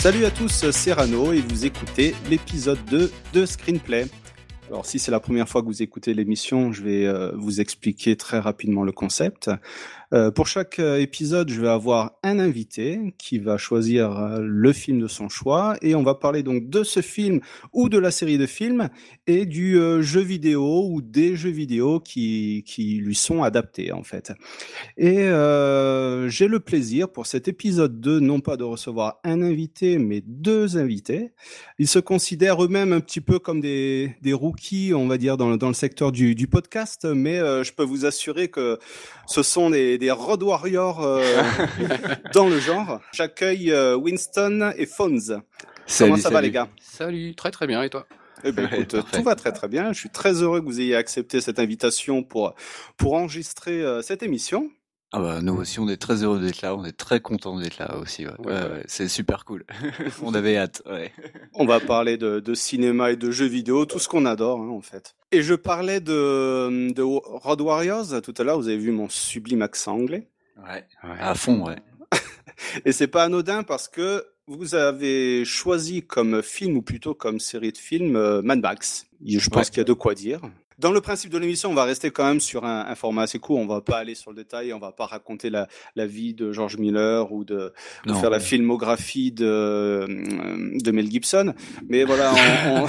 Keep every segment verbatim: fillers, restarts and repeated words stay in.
Salut à tous, c'est Rano et vous écoutez l'épisode deux de Screenplay. Alors si c'est la première fois que vous écoutez l'émission, je vais euh, vous expliquer très rapidement le concept. Euh, pour chaque euh, épisode, je vais avoir un invité qui va choisir euh, le film de son choix et on va parler donc de ce film ou de la série de films et du euh, jeu vidéo ou des jeux vidéo qui, qui lui sont adaptés en fait. Et euh, j'ai le plaisir pour cet épisode deux, non pas de recevoir un invité, mais deux invités. Ils se considèrent eux-mêmes un petit peu comme des, des rookies, on va dire, dans le, dans le secteur du, du podcast, mais euh, je peux vous assurer que ce sont des, des Road Warriors euh, dans le genre. J'accueille euh, Winston et Fonz. Salut, Comment ça salut. va les gars ? Salut, très très bien, et toi ? Eh ben, Ouais, écoute, parfait. tout va très très bien. Je suis très heureux que vous ayez accepté cette invitation pour, pour enregistrer euh, cette émission. Ah bah nous aussi on est très heureux d'être là, on est très contents d'être là aussi. Ouais. Ouais, Ouais, ouais. ouais, c'est super cool. On avait hâte. Ouais. On va parler de, de cinéma et de jeux vidéo, tout ce qu'on adore hein, en fait. Et je parlais de, de Road Warriors tout à l'heure, vous avez vu mon sublime accent anglais. Ouais. Ouais. À fond, ouais. Et c'est pas anodin parce que vous avez choisi comme film, ou plutôt comme série de films, euh, Mad Max. Je pense Ouais. qu'il y a de quoi dire. Dans le principe de l'émission, on va rester quand même sur un, un format assez court. On va pas aller sur le détail, on va pas raconter la, la vie de George Miller ou de ou Non. faire la filmographie de, de Mel Gibson. Mais voilà, on, on...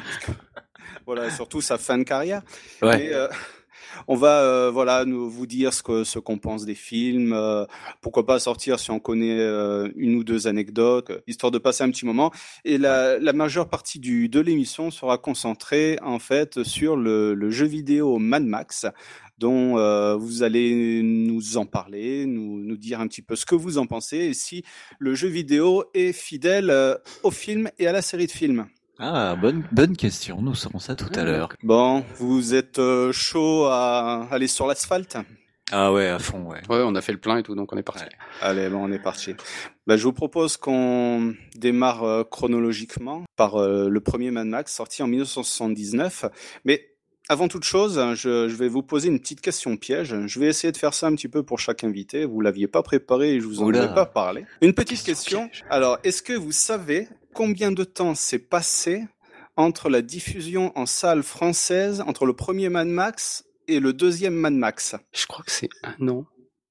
voilà, surtout sa fin de carrière. Ouais. Mais, euh, on va euh, voilà nous vous dire ce que ce qu'on pense des films, euh, pourquoi pas sortir si on connaît euh, une ou deux anecdotes, euh, histoire de passer un petit moment. Et la, la majeure partie du de l'émission sera concentrée en fait sur le, le jeu vidéo Mad Max, dont euh, vous allez nous en parler, nous nous dire un petit peu ce que vous en pensez et si le jeu vidéo est fidèle euh, au film et à la série de films. Ah, bonne bonne question, nous saurons ça tout à l'heure. Bon, vous êtes euh, chaud à aller sur l'asphalte ? Ah ouais, à fond, ouais. Ouais, on a fait le plein et tout, donc on est parti. Ouais. Allez, bon, on est parti. Ben, je vous propose qu'on démarre euh, chronologiquement par euh, le premier Mad Max sorti en dix-neuf cent soixante-dix-neuf. Mais avant toute chose, je, je vais vous poser une petite question piège. Je vais essayer de faire ça un petit peu pour chaque invité. Vous l'aviez pas préparé et je vous en Oula. avais pas parlé. Une petite Question question. piège. Alors, est-ce que vous savez combien de temps s'est passé entre la diffusion en salle française, entre le premier Mad Max et le deuxième Mad Max ? Je crois que c'est un an.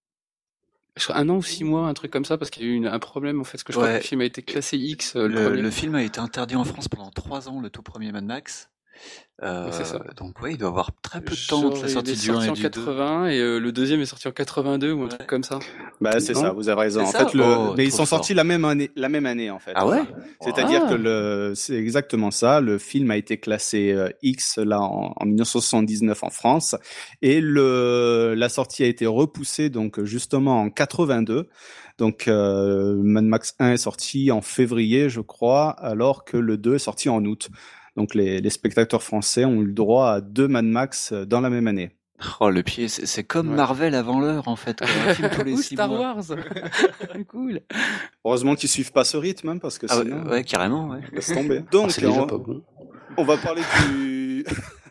Je crois un an ou six mois, un truc comme ça, parce qu'il y a eu une- un problème en fait, parce que je crois Ouais. que le film a été classé X, euh, le, Le, premier. le film a été interdit en France pendant trois ans, le tout premier Mad Max. Euh, Ouais, c'est ça. donc ouais, il doit y avoir très peu de temps entre Genre, la il sortie est du un sorti et en du deux. quatre-vingts et euh, le deuxième est sorti en quatre-vingt-deux ou un Ouais. truc comme ça. Bah c'est Non ça, vous avez raison. C'est En ça fait, le, Oh, mais ils trop sont fort. sortis la même année, la même année en fait. Ah ouais C'est-à-dire Ah. que le, c'est exactement ça. Le film a été classé euh, X là en, en dix-neuf cent soixante-dix-neuf en France et le, la sortie a été repoussée donc justement en quatre-vingt-deux. Donc euh, Mad Max un est sorti en février, je crois, alors que le deux est sorti en août. Donc les, les spectateurs français ont eu le droit à deux Mad Max euh, dans la même année. Oh, le pied, c'est, c'est comme Ouais. Marvel avant l'heure en fait. Quoi. Un film tous les Ou six Star mois. Wars. Cool. Heureusement qu'ils suivent pas ce rythme, hein, parce que Ah ouais, sinon, ouais, carrément, ouais. laisse tomber. Oh, Donc c'est déjà on, pas bon. on va parler du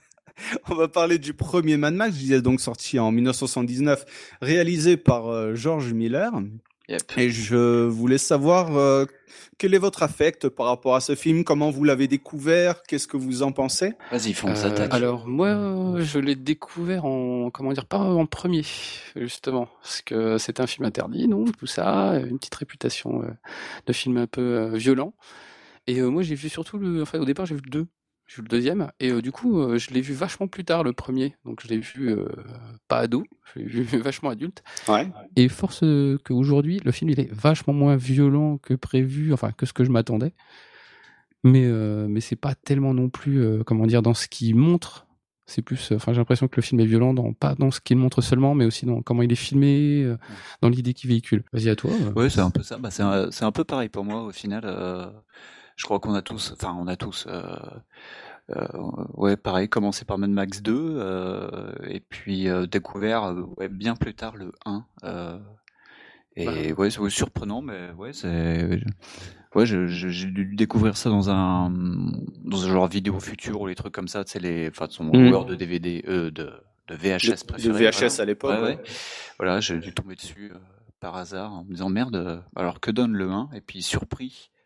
on va parler du premier Mad Max, je disais donc sorti en dix-neuf cent soixante-dix-neuf, réalisé par euh, George Miller. Yep. Et je voulais savoir euh, quel est votre affect par rapport à ce film, comment vous l'avez découvert, qu'est-ce que vous en pensez ? Vas-y, fonce, Euh, attaque. alors moi, euh, je l'ai découvert en comment dire, pas en premier justement, parce que c'est un film interdit, donc tout ça, une petite réputation euh, de film un peu euh, violent. Et euh, moi, j'ai vu surtout le, enfin au départ, j'ai vu le deux, j'ai vu le deuxième, et euh, du coup, euh, je l'ai vu vachement plus tard le premier, donc je l'ai vu euh, pas ado, je l'ai vu vachement adulte. Ouais. Et force euh, qu'aujourd'hui, le film il est vachement moins violent que prévu, enfin que ce que je m'attendais. Mais euh, mais c'est pas tellement non plus euh, comment dire dans ce qu'il montre. C'est plus, euh, enfin j'ai l'impression que le film est violent dans pas dans ce qu'il montre seulement, mais aussi dans comment il est filmé, euh, dans l'idée qu'il véhicule. Vas-y à toi. euh. Ouais, c'est un peu ça. Bah, c'est un, c'est un peu pareil pour moi au final. Euh, je crois qu'on a tous, enfin on a tous, euh, euh, ouais pareil, commencé par Mad Max deux euh, et puis euh, découvert euh, ouais, bien plus tard le un. Euh, et Bah. ouais, c'est ouais, surprenant, mais ouais c'est, ouais je- je- j'ai dû découvrir ça dans un dans un genre vidéo futur ou les trucs comme ça. Tu sais les, enfin son Mhm. loueur de D V D, euh, de de V H S De, de préféré. V H S voilà. à l'époque. Ouais, ouais. ouais. Voilà, j'ai dû tomber dessus euh, par hasard en me disant merde, euh, alors que donne le un? Et puis surpris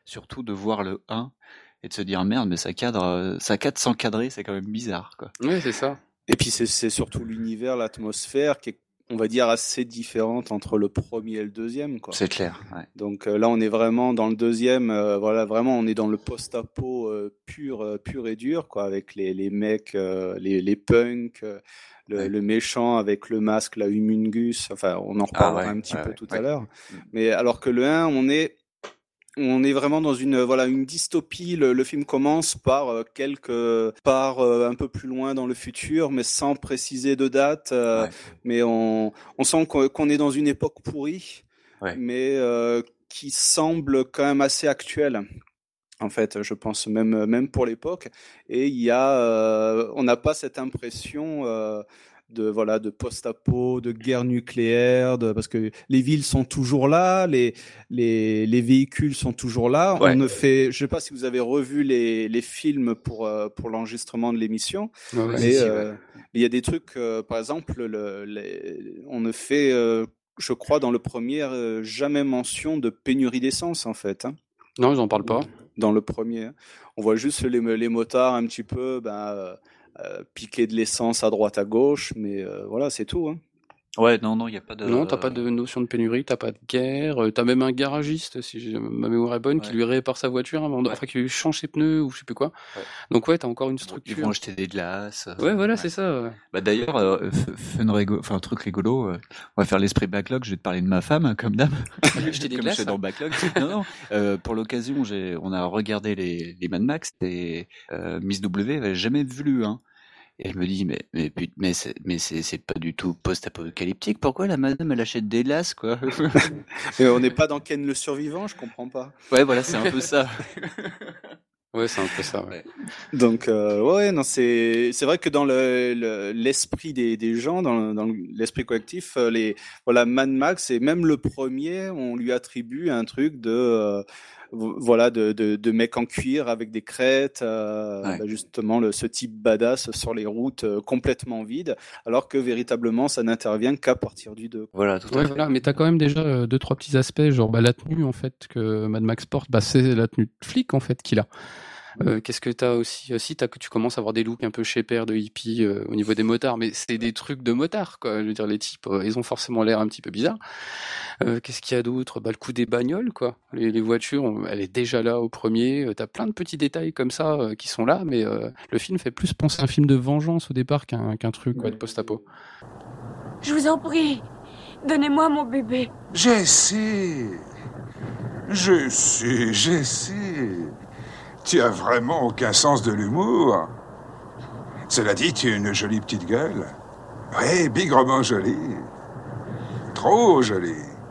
surtout de voir le un et de se dire merde, mais ça cadre, ça cadre sans cadrer, c'est quand même bizarre, quoi. Oui, c'est ça. Et puis c'est, c'est surtout l'univers, l'atmosphère qui est, on va dire, assez différente entre le premier et le deuxième, quoi. C'est clair. Ouais. Donc euh, là, on est vraiment dans le deuxième. Euh, voilà, vraiment, on est dans le post-apo euh, pur, euh, pur et dur, quoi, avec les les mecs, euh, les les punks, euh, le, Ouais. le méchant avec le masque, la Humungus. Enfin, on en reparlera Ah ouais, un petit ouais, peu ouais, tout ouais. à l'heure. Mm. Mais alors que le un, on est on est vraiment dans une voilà une dystopie. Le, le film commence par euh, quelques par euh, un peu plus loin dans le futur, mais sans préciser de date. Euh, Ouais. mais on on sent qu'on, qu'on est dans une époque pourrie, Ouais. mais euh, qui semble quand même assez actuelle. En fait, je pense même même pour l'époque. Et il y a, euh, on n'a pas cette impression euh, de voilà de post-apo, de guerre nucléaire, de, parce que les villes sont toujours là, les les les véhicules sont toujours là. Ouais. On ne fait, je sais pas si vous avez revu les les films pour euh, pour l'enregistrement de l'émission, Ouais, ouais. mais Si, si, ouais. euh, il y a des trucs, euh, par exemple, le, les, on ne fait, euh, je crois, dans le premier, euh, jamais mention de pénurie d'essence, en fait. Hein. Non, ils en parlent pas. Dans le premier, on voit juste les, les motards un petit peu ben, euh, euh, piquer de l'essence à droite à gauche, mais euh, voilà, c'est tout. Hein. Ouais, non, non, il y a pas de. Non, t'as pas de notion de pénurie, t'as pas de guerre, euh, t'as même un garagiste, si j'ai- ma mémoire est bonne, qui Ouais. lui répare sa voiture, avant de- Ouais. enfin qui lui change ses pneus ou je sais plus quoi. Ouais. Donc ouais, t'as encore une Ils vont- Ils structure. vont acheter des glaces. euh, Ouais, voilà, ouais. c'est ça. ouais. Bah d'ailleurs, euh, f- fun rigolo, enfin un truc rigolo, euh, on va faire l'esprit backlog. Je vais te parler de ma femme, hein, comme d'hab. lui acheter des Comme glaces, je suis dans le backlog. non, non. Euh, pour l'occasion, j'ai, on a regardé les, les Mad Max et euh, Miss W avait jamais vu le un. Et elle me dit mais mais put- mais c'est mais c'est c'est pas du tout post-apocalyptique. Pourquoi la madame elle achète des glaces quoi? Et on n'est pas dans Ken le survivant, je comprends pas. Ouais, voilà, c'est un peu ça. Ouais, c'est un peu ça. Ouais. Ouais. Donc euh, ouais, non, c'est c'est vrai que dans le, le l'esprit des des gens, dans, dans l'esprit collectif, euh, les voilà Mad Max et même le premier, on lui attribue un truc de euh, vo- voilà de, de de mecs en cuir avec des crêtes, euh, Ouais. bah, justement le ce type badass sur les routes euh, complètement vides, alors que véritablement ça n'intervient qu'à partir du deux. Voilà, tout à Ouais, fait. voilà, mais t'as quand même déjà euh, deux trois petits aspects, genre bah, la tenue en fait que Mad Max porte, bah c'est la tenue de flic en fait qu'il a. Euh, qu'est-ce que t'as aussi euh, Si t'as que tu commences à avoir des looks un peu shaper de hippie euh, au niveau des motards, mais c'est des trucs de motards quoi. Je veux dire, les types, euh, ils ont forcément l'air un petit peu bizarres. Euh, qu'est-ce qu'il y a d'autre Bah le coup des bagnoles quoi. Les, les voitures, on- elle est déjà là au premier. Euh, t'as plein de petits détails comme ça euh, qui sont là, mais euh, le film fait plus penser à un film de vengeance au départ qu'un qu'un truc quoi, de post-apo. Je vous en prie, donnez-moi mon bébé. Jessie, Jessie, Jessie, tu as vraiment aucun sens de l'humour. Cela dit, tu es une jolie petite gueule. Oui, bigrement jolie. Trop jolie.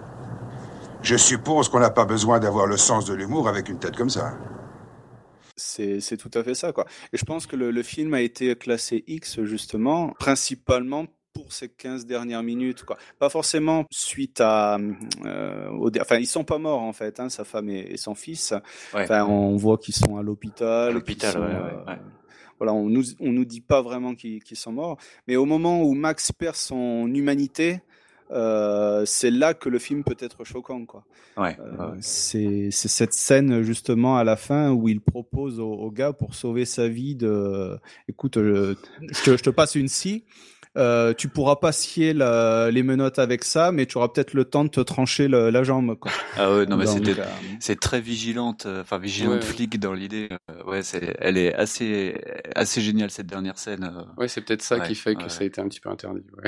Je suppose qu'on n'a pas besoin d'avoir le sens de l'humour avec une tête comme ça. C'est, c'est tout à fait ça, quoi. Et je pense que le, le film a été classé X, justement, principalement pour ces quinze dernières minutes, quoi. Pas forcément suite à, euh, au, enfin, ils sont pas morts, en fait, hein, sa femme et, et son fils. Ouais. Enfin, on voit qu'ils sont à l'hôpital. À l'hôpital, qu'ils sont, ouais, euh, ouais, ouais. Voilà, on nous, on nous dit pas vraiment qu'ils, qu'ils sont morts. Mais au moment où Max perd son humanité, euh, c'est là que le film peut être choquant, quoi. Ouais, Euh, ouais, ouais. c'est c'est cette scène justement à la fin où il propose au, au gars pour sauver sa vie de écoute euh, je, te, je te passe une scie, euh, tu pourras pas scier la, les menottes avec ça, mais tu auras peut-être le temps de te trancher le, la jambe quoi. Ah ouais, non mais Donc, c'était, euh, c'est très vigilante, euh, enfin vigilante Ouais. flic dans l'idée. euh, ouais, c'est, elle est assez, assez géniale cette dernière scène. euh. Ouais, c'est peut-être ça Ouais, qui fait que ouais. ça a été un petit peu interdit. Ouais.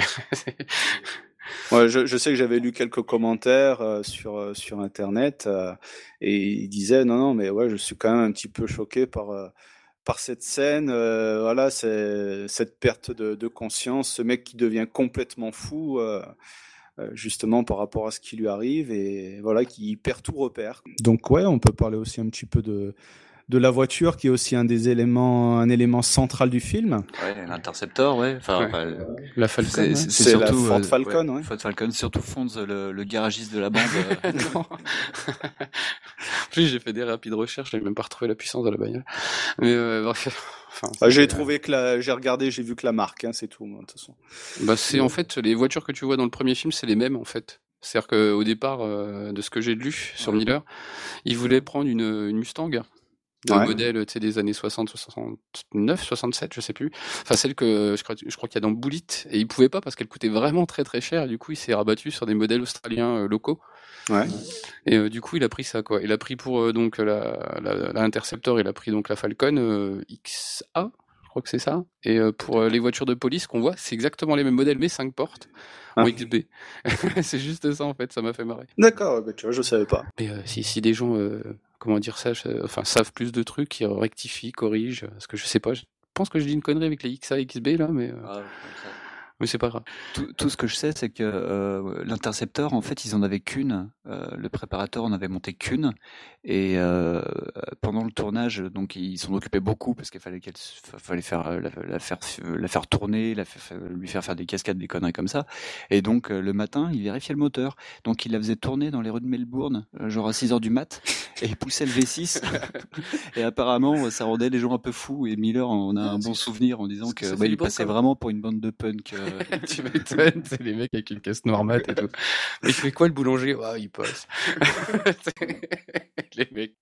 ouais, je, je sais que j'avais lu quelques commentaires euh, sur euh, sur internet euh, et ils disaient non non mais ouais je suis quand même un petit peu choqué par euh, par cette scène, euh, voilà, c'est cette perte de, de conscience, ce mec qui devient complètement fou, euh, euh, justement par rapport à ce qui lui arrive et voilà, qui perd tout repère. Donc ouais, on peut parler aussi un petit peu de de la voiture, qui est aussi un des éléments, un élément central du film. Ouais, l'Interceptor, ouais. Enfin, Ouais. enfin, La Falcon. c'est, ouais. c'est, c'est C'est la surtout Ford euh, Falcon, ouais. Ford Falcon, surtout Fonz, le, le garagiste de la bande. euh, Non. En plus, j'ai fait des rapides recherches, j'ai même pas retrouvé la puissance de la bagnole. Mais euh, bref, enfin, Ah, j'ai c'est- trouvé que la, j'ai regardé, j'ai vu que la marque, hein, c'est tout, moi, de toute façon. Bah, c'est en fait les voitures que tu vois dans le premier film, c'est les mêmes en fait. C'est-à-dire qu'au départ, euh, de ce que j'ai lu sur Miller, il voulait prendre une, une Mustang de Ouais. modèle, tu sais, des années soixante, soixante-neuf, soixante-sept, je sais plus. Enfin, celle que je crois, je crois qu'il y a dans Bullitt, et il pouvait pas parce qu'elle coûtait vraiment très très cher, et du coup, il s'est rabattu sur des modèles australiens euh, locaux. Ouais. Et euh, du coup, il a pris ça, quoi. Il a pris pour euh, donc la, la, la Interceptor, il a pris donc la Falcon euh, X A, je crois que c'est ça. Et euh, pour euh, les voitures de police qu'on voit, c'est exactement les mêmes modèles, mais cinq portes en Ah. X B. C'est juste ça, en fait, ça m'a fait marrer. D'accord, bah, tu vois, je savais pas. Mais euh, si, si des gens, euh, comment dire ça, je- enfin, savent plus de trucs, qui rectifient, corrigent, parce que je sais pas, je pense que je dis une connerie avec les X A, X B, là, mais, euh, Ah, comme ça. mais c'est pas grave. Tout, tout ce que je sais, c'est que euh, l'Interceptor, en fait, ils en avaient qu'une. Euh, le préparateur en avait monté qu'une. Et euh, pendant le tournage, donc ils s'en occupaient beaucoup parce qu'il fallait qu'elle, fa- fallait faire euh, la, la faire la faire tourner, la faire, lui faire faire des cascades, des conneries comme ça. Et donc euh, le matin, il vérifiait le moteur. Donc il la faisait tourner dans les rues de Melbourne, euh, genre à six heures du mat, et il poussait le V six. Et apparemment, ça rendait les gens un peu fous. Et Miller en a un bon souvenir en disant Parce que que ça bah, fait il du bruit, passait quand même. vraiment pour une bande de punk. euh, Tu m'étonnes, c'est les mecs avec une caisse noire mat et tout. Mais il fait quoi le boulanger? Ah, il passe. Les mecs.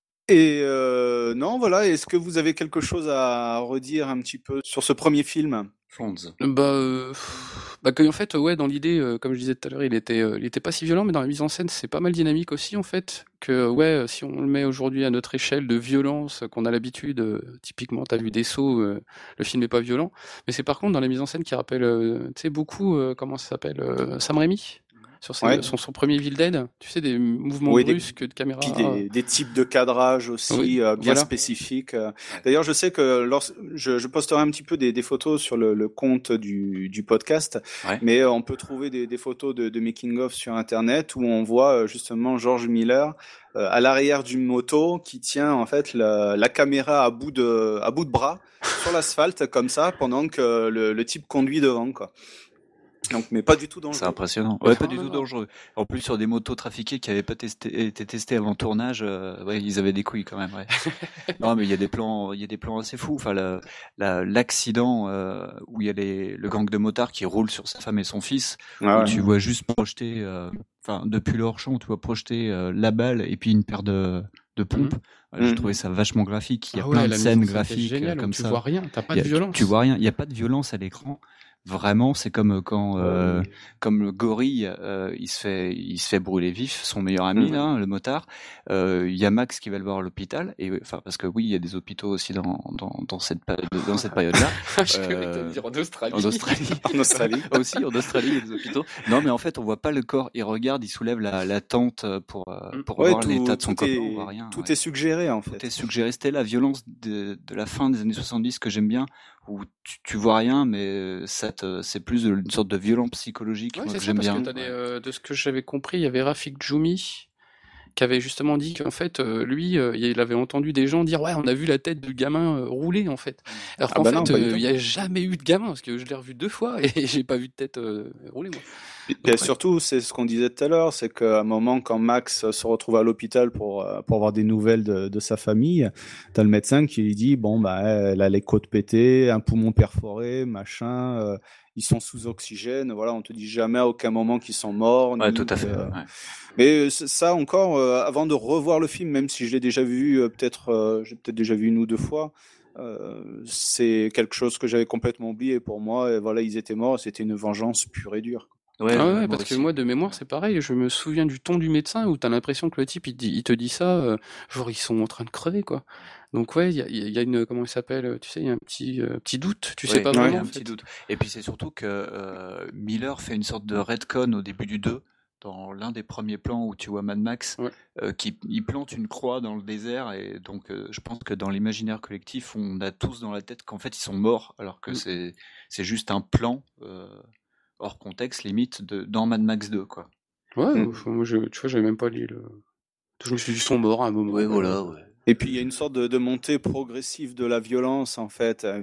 Et euh, non, voilà, est-ce que vous avez quelque chose à redire un petit peu sur ce premier film? Fonz. Bah, euh, pff, bah que, en fait, ouais, dans l'idée, euh, comme je disais tout à l'heure, il était, euh, il était pas si violent, mais dans la mise en scène, c'est pas mal dynamique aussi, en fait. Que, ouais, euh, si on le met aujourd'hui à notre échelle de violence qu'on a l'habitude, euh, typiquement, t'as vu des sauts, euh, le film est pas violent, mais c'est par contre dans la mise en scène qui rappelle, euh, tu sais, beaucoup, euh, comment ça s'appelle, euh, Sam Raimi, sur ses, Ouais. son, son premier Evil Dead, tu sais, des mouvements Oui, des- brusques de caméra. Puis des, des types de cadrage aussi Oui, euh, bien voilà. spécifiques. euh. D'ailleurs, je sais que lors, je, je posterai un petit peu des, des photos sur le, le compte du, du podcast, Ouais. mais euh, on peut trouver des, des photos de, de making of sur Internet où on voit euh, justement George Miller euh, à l'arrière d'une moto qui tient en fait la, la caméra à bout de à bout de bras sur l'asphalte comme ça pendant que le, le type conduit devant, quoi. Donc, mais pas du tout C'est dangereux. impressionnant. Ouais, pas Non, du non, tout non. dangereux. En plus, sur des motos trafiquées qui avaient pas testé, été testées avant le tournage, euh, ouais, ils avaient des couilles quand même. Ouais. Non, mais il y a des plans, il y a des plans assez fous. Enfin, la- la- l'accident euh, où il y a les, le gang de motards qui roule sur sa femme et son fils, Ah où ouais. tu vois juste projeter, euh, enfin, depuis le hors-champ, tu vois projeter euh, la balle et puis une paire de, de pompes. Ouais, J'ai Mhm. trouvé ça vachement graphique. Il y a Ah plein ouais, de la mise scènes en scène qui est graphiques euh, géniale, où comme tu ça. vois rien, t'as pas Il y de a- tu- violence. Tu, vois rien. Il n'y a pas de violence à l'écran. Vraiment, c'est comme quand, euh, comme le gorille, euh, il se fait, il se fait brûler vif, son meilleur ami Mhm. là, le motard. Euh, Il y a Max qui va le voir à l'hôpital, et enfin parce que oui, il y a des hôpitaux aussi dans dans, dans cette pa- dans cette période-là. Je croyais que Euh, t'allais dire en Australie. En Australie. En Australie. Aussi, en Australie, il y a des hôpitaux. Non, mais en fait, on voit pas le corps. Il regarde, il soulève la, la tente pour, euh, Mm. pour Ouais, voir tout, l'état de son tout copain. On voit est, rien. tout ouais. est suggéré en Tout fait. est suggéré. C'était la violence de, de la fin des années soixante-dix que j'aime bien, où tu, tu vois rien, mais ça te, c'est plus une sorte de violence psychologique Ouais, moi, c'est que ça, j'aime parce bien. que t'as des, Ouais. euh, de ce que j'avais compris, il y avait Rafik Djoumi qui avait justement dit qu'en fait, euh, lui, euh, il avait entendu des gens dire ouais, on a vu la tête du gamin euh, rouler en fait. Alors Ah qu'en bah non, fait, pas du euh, tout. il y a jamais eu de gamin parce que je l'ai revu deux fois et j'ai pas vu de tête euh, rouler moi. Et Donc, ouais. surtout, c'est ce qu'on disait tout à l'heure, c'est qu'à un moment, quand Max se retrouve à l'hôpital pour euh, pour avoir des nouvelles de, de sa famille, t'as le médecin qui lui dit bon bah elle a les côtes pétées, un poumon perforé, machin, euh, ils sont sous oxygène, voilà, on te dit jamais à aucun moment qu'ils sont morts. Ouais, ni tout à fait. que- Ouais. Mais c- ça encore, euh, avant de revoir le film, même si je l'ai déjà vu, euh, peut-être, euh, j'ai peut-être déjà vu une ou deux fois, euh, c'est quelque chose que j'avais complètement oublié pour moi. Et voilà, ils étaient morts, c'était une vengeance pure et dure. Ouais, Ah ouais, ouais, moi parce que aussi. moi de mémoire c'est pareil, je me souviens du ton du médecin où t'as l'impression que le type il, te dit, il te dit ça, euh, genre ils sont en train de crever quoi. Donc ouais, il y a, il y a une, comment il s'appelle, tu sais, il y a un petit, euh, petit doute, tu sais Ouais, pas il y a vraiment un en petit fait. doute. Et puis c'est surtout que euh, Miller fait une sorte de retcon au début du deux, dans l'un des premiers plans où tu vois Mad Max, Ouais. euh, qui il plante une croix dans le désert, et donc euh, je pense que dans l'imaginaire collectif, on a tous dans la tête qu'en fait ils sont morts, alors que Mm. c'est c'est juste un plan euh, hors contexte limite de dans Mad Max deux quoi. Ouais, Mm. enfin, moi je, tu vois, j'avais même pas lu le. Je me suis dit ils sont morts à un moment. Ouais, voilà. voilà, ouais. Et puis il y a une sorte de, de montée progressive de la violence en fait. Euh,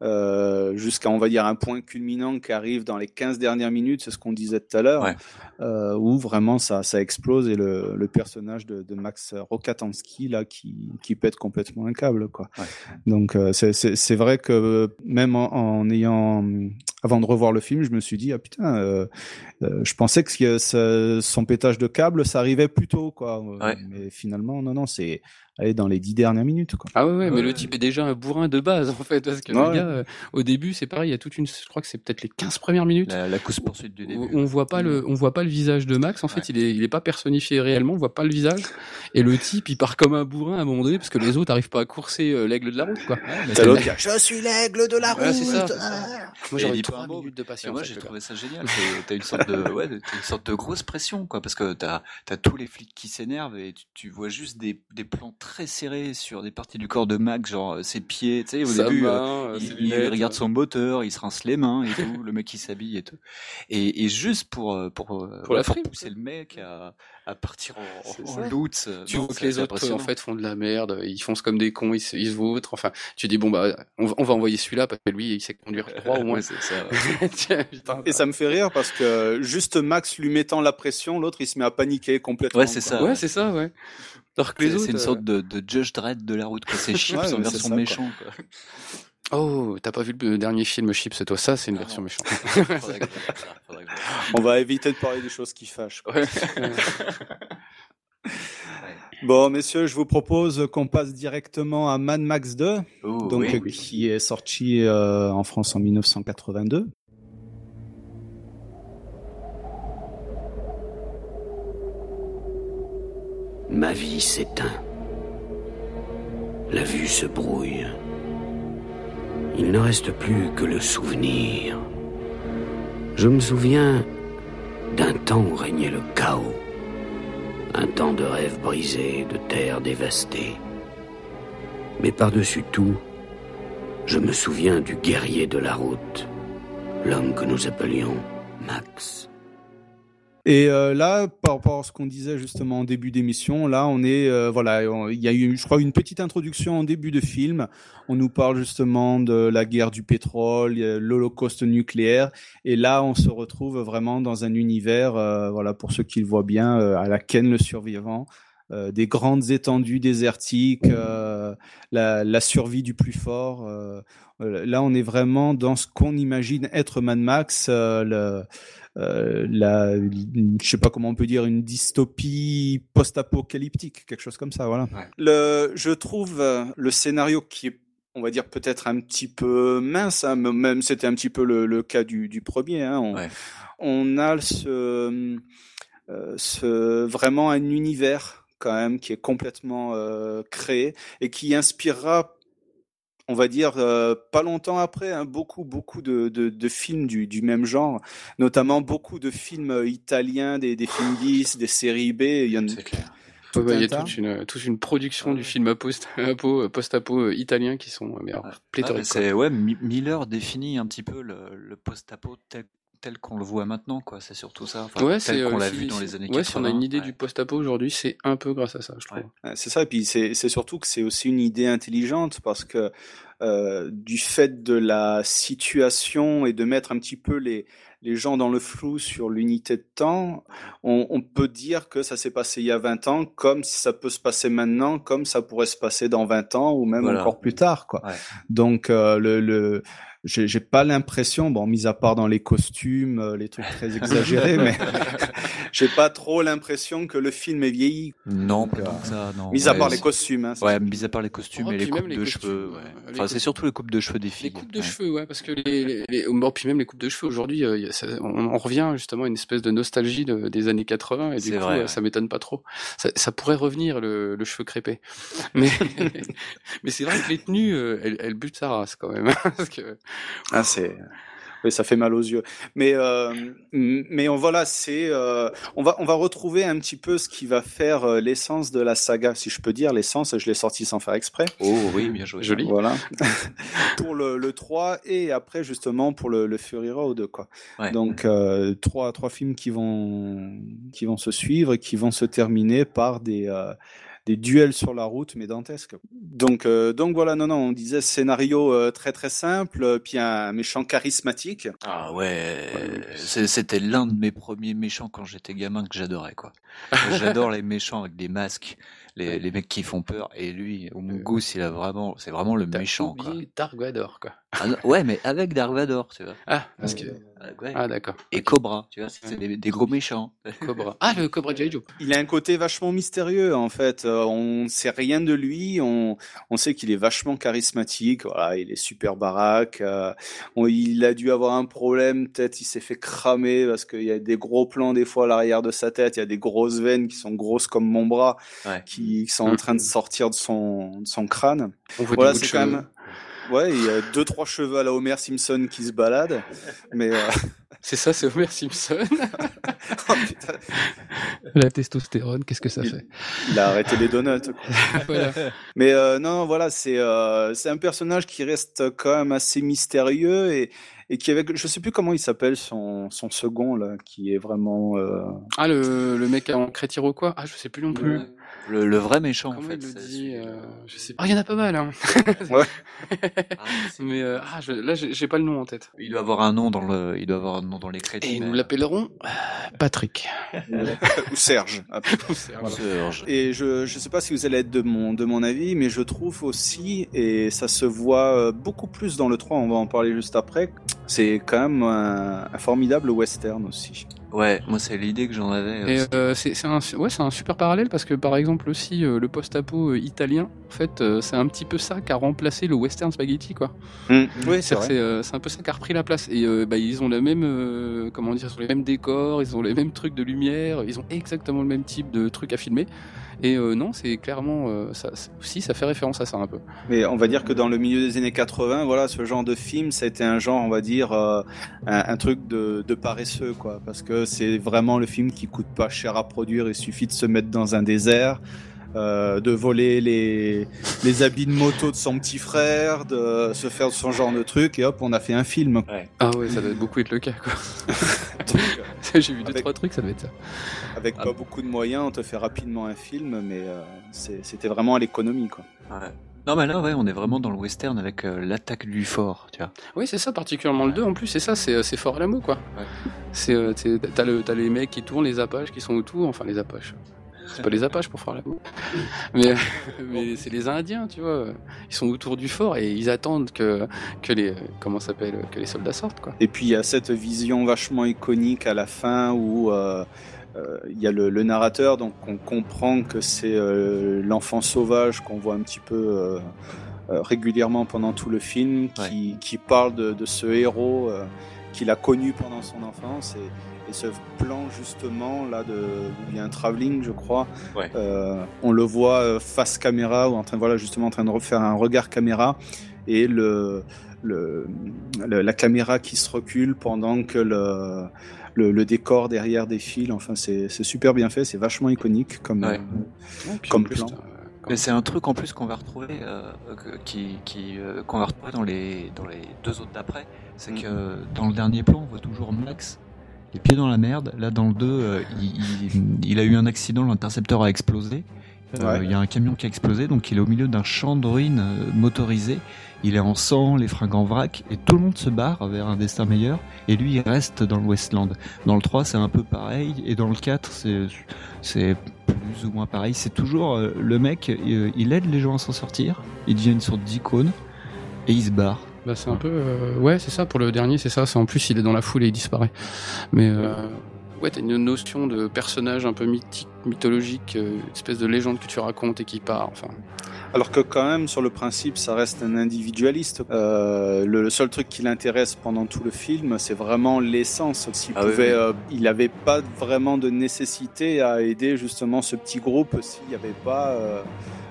euh, jusqu'à, on va dire, un point culminant qui arrive dans les quinze dernières minutes, c'est ce qu'on disait tout à l'heure, Ouais. euh, où vraiment ça, ça explose et le, le personnage de, de Max Rokatansky là qui, qui pète complètement un câble, quoi. Ouais. Donc euh, c'est, c'est, c'est vrai que même en, en ayant, avant de revoir le film, je me suis dit ah putain, euh, euh, je pensais que ce, son pétage de câble ça arrivait plus tôt, quoi. Ouais. Mais finalement non non, c'est allez, dans les dix dernières minutes, quoi. Ah ouais, ouais, mais Ouais. le type est déjà un bourrin de base, en fait, parce que Ouais. le gars, euh, au début, c'est pareil, il y a toute une, je crois que c'est peut-être les quinze premières minutes, La, la course poursuite du où début. on voit pas le, on voit pas le visage de Max, en fait, Ouais. il est, il est pas personnifié réellement, on voit pas le visage, et le type, il part comme un bourrin à un moment donné, parce que les autres arrivent pas à courser euh, l'aigle de la route, quoi. Ouais, mais T'as c'est- l'autre qui a, je suis l'aigle de la route. Ouais, c'est ça, c'est ça. Moi, Et j'aurais dis trois pas un mot, minutes de mais patience. moi avec j'ai le gars. trouvé ça génial. C'est- T'as une sorte de, ouais, t'as une sorte de grosse pression, quoi, parce que t'as, t'as tous les flics qui s'énervent et tu, tu vois juste des, des plans très serrés sur des parties du corps de Max, genre euh, ses pieds, tu sais, au Sa début, euh, main, euh, ses il, il lunettes, regarde euh. son moteur, il se rince les mains et tout, le mec qui s'habille et tout. Et, et juste pour, euh, pour, euh, Pour la ouais, pour frime, pousser le mec à, à partir en, C'est en ça. loot. euh, Tu non, vois que c'est- les c'est autres, en impressionnant. fait, font de la merde, ils foncent comme des cons, ils se, ils se vautrent, enfin, tu dis, bon, bah, on, va- on va envoyer celui-là, parce que lui, il sait conduire trois au moins. Ouais, c'est ça. ouais. Tiens, putain, Et ça me fait rire parce que juste Max lui mettant la pression, l'autre il se met à paniquer complètement. Ouais, c'est quoi. ça. ouais, c'est ça, ouais. Alors que les C'est autres. c'est une euh, sorte de, de Judge Dredd de la route, quoi. C'est Chips Ouais, en mais version c'est ça, quoi. méchant, quoi. Oh, t'as pas vu le dernier film Chips, toi, ça, c'est une Ah, version non. méchante. Faudrait que je regarde ça, faudrait que je regarde. On va éviter de parler des choses qui fâchent, quoi. Ouais. Bon, messieurs, je vous propose qu'on passe directement à Mad Max deux, Oh, donc oui, euh, oui. qui est sorti euh, en France en dix-neuf cent quatre-vingt-deux. Ma vie s'éteint. La vue se brouille. Il ne reste plus que le souvenir. Je me souviens d'un temps où régnait le chaos. Un temps de rêves brisés, de terres dévastées. Mais par-dessus tout, je me souviens du guerrier de la route, l'homme que nous appelions Max. Et euh, là, par rapport à ce qu'on disait justement en début d'émission, là, on est, euh, voilà, on- il y a eu, je crois, une petite introduction en début de film. On nous parle justement de la guerre du pétrole, il y a l'Holocauste nucléaire, et là, on se retrouve vraiment dans un univers, euh, voilà, pour ceux qui le voient bien, euh, à la Ken le survivant. Euh, des grandes étendues désertiques, euh, la, la survie du plus fort. Euh, euh, là, on est vraiment dans ce qu'on imagine être Mad Max, euh, le, euh, la, je sais pas comment on peut dire, une dystopie post-apocalyptique, quelque chose comme ça, voilà. Ouais. Le, je trouve euh, le scénario qui est, on va dire, peut-être un petit peu mince, hein, même c'était un petit peu le, le cas du, du premier. Hein, on, Ouais. on a ce, euh, ce vraiment un univers quand même qui est complètement euh, créé et qui inspirera, on va dire, euh, pas longtemps après, hein, beaucoup, beaucoup de, de, de films du, du même genre, notamment beaucoup de films italiens, des, des films dix, des séries B. Il y en a C'est clair. tout Ouais, ouais, un il y a tas. toute une, toute une production Ah du ouais. film post-apo, post-apo euh, italien qui sont euh, mais alors, Ouais. Ah, mais pléthoriques. quoi. c'est ouais, Mi- Miller définit un petit peu le, le post-apo tel, tel qu'on le voit maintenant, quoi. C'est surtout ça. Enfin, Ouais, tel c'est, qu'on euh, l'a si- vu dans si- les années ouais, quatre-vingts. si on a une idée ouais. du post-apo aujourd'hui, c'est un peu grâce à ça, je trouve. Ouais. Ouais, c'est ça, et puis c'est c'est surtout que c'est aussi une idée intelligente parce que euh, du fait de la situation et de mettre un petit peu les les gens dans le flou sur l'unité de temps, on, on peut dire que ça s'est passé il y a vingt ans, comme si ça peut se passer maintenant, comme ça pourrait se passer dans vingt ans ou même Voilà. encore plus tard, quoi. Ouais. Donc euh, le, le j'ai j'ai pas l'impression, bon, mis à part dans les costumes, euh, les trucs très exagérés, mais j'ai pas trop l'impression que le film est vieilli. Non, Donc, pas euh, tant que ça, non. Mis à Ouais, part les c'est- costumes, hein. c'est Ouais, sûr. mis à part les costumes Oh, et les puis même coupes les de costumes, cheveux. euh, Ouais. les Enfin, c'est coupes- surtout les coupes de cheveux des filles. Les coupes de ouais. cheveux, ouais, parce que les, les, les- bon, puis même les coupes de cheveux aujourd'hui, euh, y a- ça- on, on revient justement à une espèce de nostalgie de- des années quatre-vingts et du C'est coup, vrai, euh, ouais. ça m'étonne pas trop. Ça, ça pourrait revenir le, le cheveu crépé, mais mais c'est vrai que les tenues, euh, elles, elles butent sa race quand même, parce que Ah, c'est, oui, ça fait mal aux yeux. Mais, euh, mais on, voilà, c'est, euh, on va, on va retrouver un petit peu ce qui va faire euh, l'essence de la saga, si je peux dire. L'essence, je l'ai sorti sans faire exprès. Oh oui, bien joué. joli. Voilà. Pour le, le trois et après, justement, pour le, le Fury Road, quoi. Ouais. Donc, euh, trois, trois films qui vont, qui vont se suivre et qui vont se terminer par des, euh, des duels sur la route, mais dantesques. Donc, euh, donc voilà, non, non, on disait scénario euh, très très simple, euh, puis un méchant charismatique. Ah ouais, c'est- c'était l'un de mes premiers méchants quand j'étais gamin que j'adorais, quoi. J'adore les méchants avec des masques, les, les mecs qui font peur, et lui, au Mongoose, il a vraiment, c'est vraiment le T'as méchant, quoi. oublié Dark Vador, quoi. Ah non, ouais, mais avec Dark Vador, tu vois. Ah, parce que... Ah, ouais. Ah, d'accord. Et Cobra, tu vois, c'est des, des gros méchants. Cobra. Ah, le Cobra G I. Joe. Il a un côté vachement mystérieux en fait. Euh, on sait rien de lui. On, on sait qu'il est vachement charismatique. Voilà, il est super baraque. Euh, on, il a dû avoir un problème. Peut-être il s'est fait cramer parce qu'il y a des gros plans des fois à l'arrière de sa tête. Il y a des grosses veines qui sont grosses comme mon bras, Ouais. qui, qui sont en train de sortir de son, de son crâne. On voit Voilà, des bouts de c'est quand cheveux. même. Ouais, il y a deux trois cheveux à la Homer Simpson qui se baladent, mais euh... C'est ça, c'est Homer Simpson. oh, putain, La testostérone, qu'est-ce que ça il, fait? il a arrêté les donuts. Quoi. Voilà. Mais euh, non, voilà, c'est euh, c'est un personnage qui reste quand même assez mystérieux et et qui avec, je sais plus comment il s'appelle son son second là, qui est vraiment. Euh... Ah, le, le mec en crête iroquois. Ah, je sais plus non plus. Ouais. Le, le vrai méchant, Comment en fait. il le c'est dit celui- euh, Je sais pas. Ah, il y en a pas mal, hein. Ouais. Ah, c'est- Mais euh, ah, je, là, j'ai j'ai pas le nom en tête. Il doit avoir un nom dans le, il doit avoir un nom dans les crédits. Et mais- nous l'appellerons euh, Patrick. Ou Serge. Voilà. Serge. Et je je sais pas si vous allez être de mon de mon avis, mais je trouve aussi et ça se voit euh, beaucoup plus dans le trois. On va en parler juste après. C'est quand même un, un formidable western aussi. Ouais, moi c'est l'idée que j'en avais. Et aussi. euh, c'est c'est un, ouais, c'est un super parallèle parce que par exemple aussi euh, le post-apo euh, italien, en fait, euh, c'est un petit peu ça qui a remplacé le western spaghetti, quoi. Mmh. Oui, c'est C'est vrai. c'est, euh, c'est un peu ça qui a repris la place. Et euh, bah, ils ont la même, euh, comment dire, ils ont les mêmes décors, ils ont les mêmes trucs de lumière, ils ont exactement le même type de trucs à filmer. Et euh, non, c'est clairement, euh, ça, c'est- aussi, ça fait référence à ça un peu. Mais on va dire que dans le milieu des années quatre-vingts, voilà, ce genre de film, ça a été un genre, on va dire, euh, un, un truc de, de paresseux, quoi. Parce que c'est vraiment le film qui coûte pas cher à produire. Il suffit de se mettre dans un désert, euh, de voler les, les habits de moto de son petit frère, de se faire son genre de truc, et hop, on a fait un film. Ah ouais, ça doit beaucoup être le cas, quoi. Donc, J'ai vu deux, Avec- trois trucs, ça doit être ça. avec Ah. pas beaucoup de moyens, on te fait rapidement un film, mais euh, c'est- c'était vraiment à l'économie, quoi. Ouais. Non, mais là, ouais, on est vraiment dans le western avec euh, l'attaque du fort, tu vois. Oui, c'est ça, particulièrement le deux en plus, c'est ça, c'est c'est fort à la mot, quoi. Ouais. C'est, euh, t'sais, t'as, le, t'as les mecs qui tournent, les apaches qui sont autour, enfin les apaches. C'est pas les apaches pour faire la mot. Mais, mais c'est les Indiens, tu vois. Ils sont autour du fort et ils attendent que, que les, comment ça s'appelle, que les soldats sortent, quoi. Et puis il y a cette vision vachement iconique à la fin où euh, euh, il y a le, le narrateur, donc on comprend que c'est euh, l'enfant sauvage qu'on voit un petit peu euh, euh, régulièrement pendant tout le film, qui, qui parle de, de ce héros euh, qu'il a connu pendant son enfance et, et ce plan justement là de où il y a un travelling, je crois. Ouais. Euh, on le voit euh, face caméra ou en train voilà justement en train de refaire un regard caméra et le le, le la caméra qui se recule pendant que le le, le décor derrière défile. Enfin, c'est c'est super bien fait, c'est vachement iconique comme Ouais. euh, Ouais, puis comme en plus, plan. t'as- Mais c'est un truc en plus qu'on va retrouver, euh, que- qui, qui, euh, qu'on va retrouver dans les, dans les deux autres d'après. C'est que euh, dans le dernier plan, on voit toujours Max, les pieds dans la merde. Là, dans le deux, euh, il, il, il a eu un accident, l'intercepteur a explosé. Euh, Ouais. Il y a un camion qui a explosé, donc il est au milieu d'un champ de ruines euh, motorisé. Il est en sang, les fringues en vrac, et tout le monde se barre vers un destin meilleur. Et lui, il reste dans le Westland. Dans le trois, c'est un peu pareil, et dans le quatre, c'est, c'est plus ou moins pareil. C'est toujours euh, le mec, euh, il aide les gens à s'en sortir, il devient une sorte d'icône, et il se barre. Bah, c'est un peu, euh, ouais, c'est ça pour le dernier, c'est ça. C'est en plus, il est dans la foule et il disparaît. Mais euh, ouais, t'as une notion de personnage un peu mythique, mythologique, euh, espèce de légende que tu racontes et qui part. Enfin, Alors que quand même, sur le principe, ça reste un individualiste. Euh, le, le seul truc qui l'intéresse pendant tout le film, c'est vraiment l'essence. S'il Ah oui, pouvait, oui. euh, il n'avait pas vraiment de nécessité à aider justement ce petit groupe s'il n'y avait pas euh,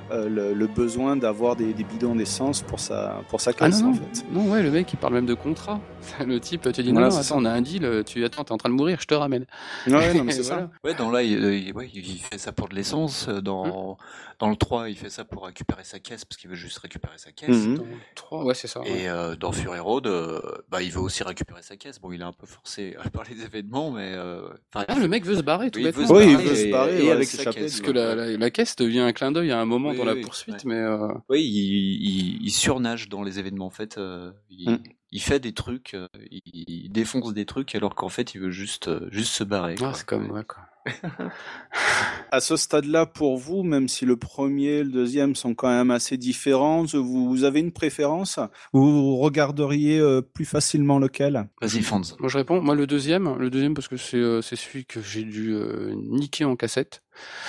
euh, le, le besoin d'avoir des, des bidons d'essence pour sa pour sa Ah caisse non, en non, fait. non, ouais, le mec il parle même de contrat. Le type te dit Voilà, non, non, c'est attends, ça. on a un deal, tu attends, t'es en train de mourir, je te ramène. Ouais, non mais Et c'est voilà. ça. Ouais, dans là, il, il- ouais, il fait ça pour de l'essence. Hum. Dans, dans le trois, il fait ça pour récupérer sa caisse parce qu'il veut juste récupérer sa caisse. Mhm. Dans le trois, ouais, c'est ça. Ouais. Et euh, dans Fury Road, euh, bah, il veut aussi récupérer sa caisse. Bon, il est un peu forcé euh, par les événements, mais euh, enfin, Ah, il le fait- mec veut se barrer tout oui, il veut bêtement. se Oui, il barrer veut se et, barrer, et ouais, avec sa s'échapper, caisse. Parce du que ouais. la, la, la caisse devient un clin d'œil à un moment Oui, dans la oui, poursuite, ouais. mais euh, Oui, il, il, il surnage dans les événements. En fait, euh, il, Mm. il fait des trucs, euh, il, il défonce des trucs, alors qu'en fait, il veut juste, euh, juste se barrer. ah, Quoi. c'est comme ouais, quoi. À ce stade-là, pour vous, même si le premier et le deuxième sont quand même assez différents, vous, vous avez une préférence? Vous regarderiez euh, plus facilement lequel? Vas-y, Franz. Moi je réponds, moi le deuxième, le deuxième parce que c'est euh, c'est celui que j'ai dû euh, niquer en cassette.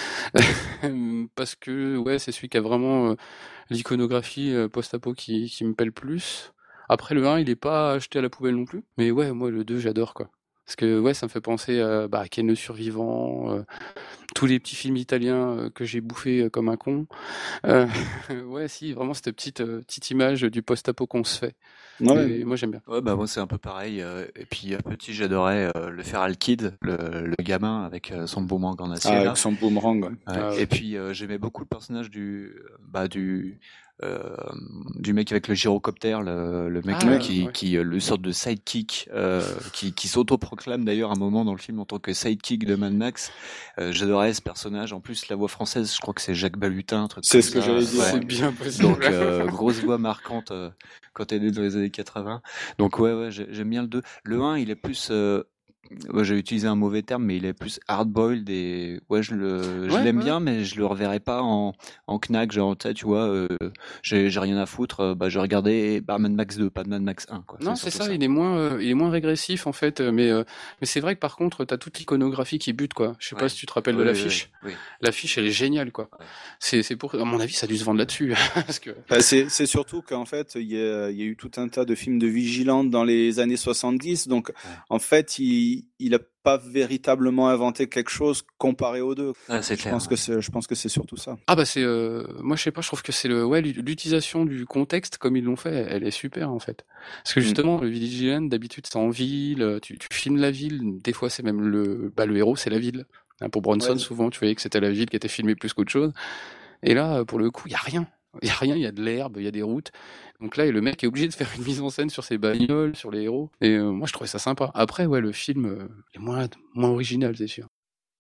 Parce que ouais, c'est celui qui a vraiment euh, l'iconographie euh, post-apo qui, qui me plaît le plus. Après le un, il est pas jeté à la poubelle non plus. Mais ouais, moi le deux, j'adore quoi. Parce que ouais, ça me fait penser à bah, Ken le survivant, euh, tous les petits films italiens euh, que j'ai bouffés euh, comme un con. Euh, ouais, si, vraiment cette petite euh, petite image du post-apo qu'on se fait. Ouais. Et moi j'aime bien. Ouais, bah moi c'est un peu pareil. euh, Et puis euh, petit, j'adorais euh, le Feral Kid, le, le gamin avec euh, son boomerang en acier Ah, là. avec son boomerang. Ouais. Ouais. Ah ouais. Et puis euh, j'aimais beaucoup le personnage du bah du euh, du mec avec le gyrocoptère, le, le mec Ah, là, ouais, qui ouais. qui euh, le sorte de sidekick, euh, qui qui s'autoproclame d'ailleurs un moment dans le film en tant que sidekick de Mad Max. Euh, j'adorais ce personnage. En plus la voix française, je crois que c'est Jacques Balutin, un truc C'est comme ce que ça. j'allais dire. Ouais. C'est bien possible. Donc euh, grosse voix marquante euh, quand elle est dans les années quatre-vingts. Donc ouais ouais, j'ai- j'aime bien le deux. Le un, il est plus euh, ouais, j'ai utilisé un mauvais terme, mais il est plus hard-boiled et ouais, je le, je Ouais, l'aime ouais. bien, mais je le reverrai pas en, en knack, genre, tu sais, tu vois, euh, j'ai, j'ai rien à foutre, euh, bah, je regardais bah, Mad Max deux, pas Mad Max un, quoi. Non, c'est surtout ça, il est moins, euh, il est moins régressif en fait, euh, mais euh, mais c'est vrai que par contre, t'as toute l'iconographie qui bute quoi. Je sais pas Ouais. si tu te rappelles Oui, de oui, l'affiche. oui, oui. L'affiche, elle est géniale quoi. Ouais. C'est c'est pour, à mon avis, ça a dû se vendre là-dessus parce que. Bah, c'est, c'est surtout qu'en fait, il y a, il y a eu tout un tas de films de vigilantes dans les années soixante-dix. Donc, Ouais. en fait, il, il a pas véritablement inventé quelque chose comparé aux deux. Ouais, c'est Je clair. pense que c'est, je pense que c'est surtout ça. Ah bah c'est, euh, moi je sais pas, je trouve que c'est le, ouais, l'utilisation du contexte comme ils l'ont fait, elle est super en fait. Parce que Mm. justement, le Vigilant d'habitude c'est en ville, tu, tu filmes la ville, des fois c'est même le, bah le héros c'est la ville. Hein, pour Bronson Ouais. souvent tu voyais que c'était la ville qui était filmée plus qu'autre chose. Et là pour le coup il y a rien. Il y a rien, il y a de l'herbe, il y a des routes. Donc là, le mec est obligé de faire une mise en scène sur ses bagnoles, sur les héros. Et euh, moi, je trouvais ça sympa. Après, ouais, le film euh, est moins, moins original, c'est sûr.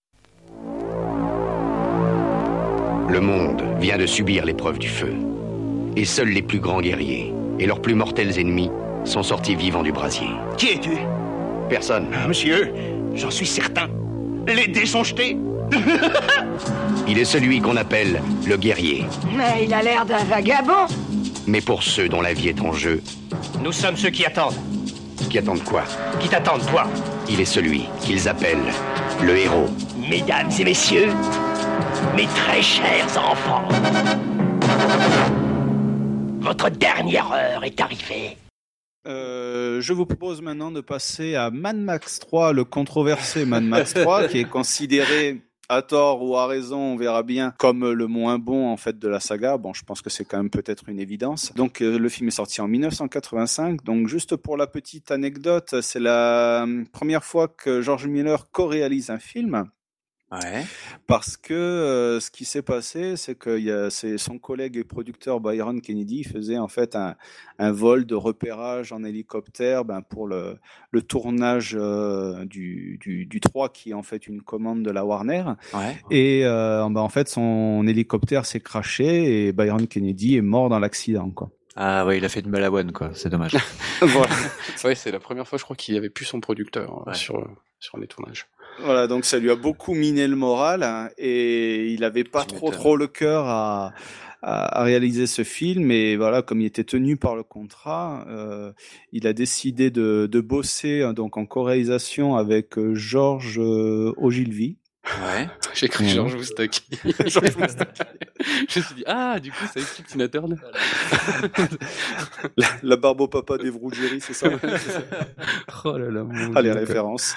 Le monde vient de subir l'épreuve du feu. Et seuls les plus grands guerriers et leurs plus mortels ennemis sont sortis vivants du brasier. Qui es-tu? Personne. Monsieur, j'en suis certain. Les dés sont jetés. Il est celui qu'on appelle le guerrier. Mais il a l'air d'un vagabond. Mais pour ceux dont la vie est en jeu, Nous sommes ceux qui attendent. qui attendent quoi? Qui t'attendent, toi? Il est celui qu'ils appellent le héros. Mesdames et messieurs, mes très chers enfants, votre dernière heure est arrivée. Euh, je vous propose maintenant de passer à Mad Max trois, le controversé Mad Max trois, qui est considéré à tort ou à raison, on verra bien, comme le moins bon en fait de la saga. Bon, je pense que c'est quand même peut-être une évidence. Donc euh, le film est sorti en dix-neuf cent quatre-vingt-cinq. Donc juste pour la petite anecdote, c'est la euh, première fois que George Miller co-réalise un film. Ouais. Parce que euh, ce qui s'est passé, c'est que il y a, c'est son collègue et producteur Byron Kennedy faisait en fait un, un vol de repérage en hélicoptère ben, pour le, le tournage euh, du, du, du trois, qui est en fait une commande de la Warner. Ouais. Et euh, ben, en fait, son hélicoptère s'est crashé et Byron Kennedy est mort dans l'accident, quoi. Ah ouais, il a fait une balavoine, quoi. C'est dommage. Voilà. Ouais, c'est la première fois, je crois, qu'il n'y avait plus son producteur euh, Ouais. sur, sur les tournages. Voilà, donc ça lui a beaucoup miné le moral hein, et il avait pas Tu trop m'étonnes. trop le cœur à, à, à réaliser ce film. Et voilà, comme il était tenu par le contrat, euh, il a décidé de, de bosser hein, donc en co-réalisation avec euh, Georges euh, Ogilvy. Ouais. J'ai cru Mmh. George Moustaki. George Moustaki. Je me suis dit, ah, du coup, ça explique Tina Turner. La, la barbe au papa d'Eve Ruggieri, c'est ça? Ouais, c'est ça. Oh là là, mon Ah, les Dieu, quoi. références.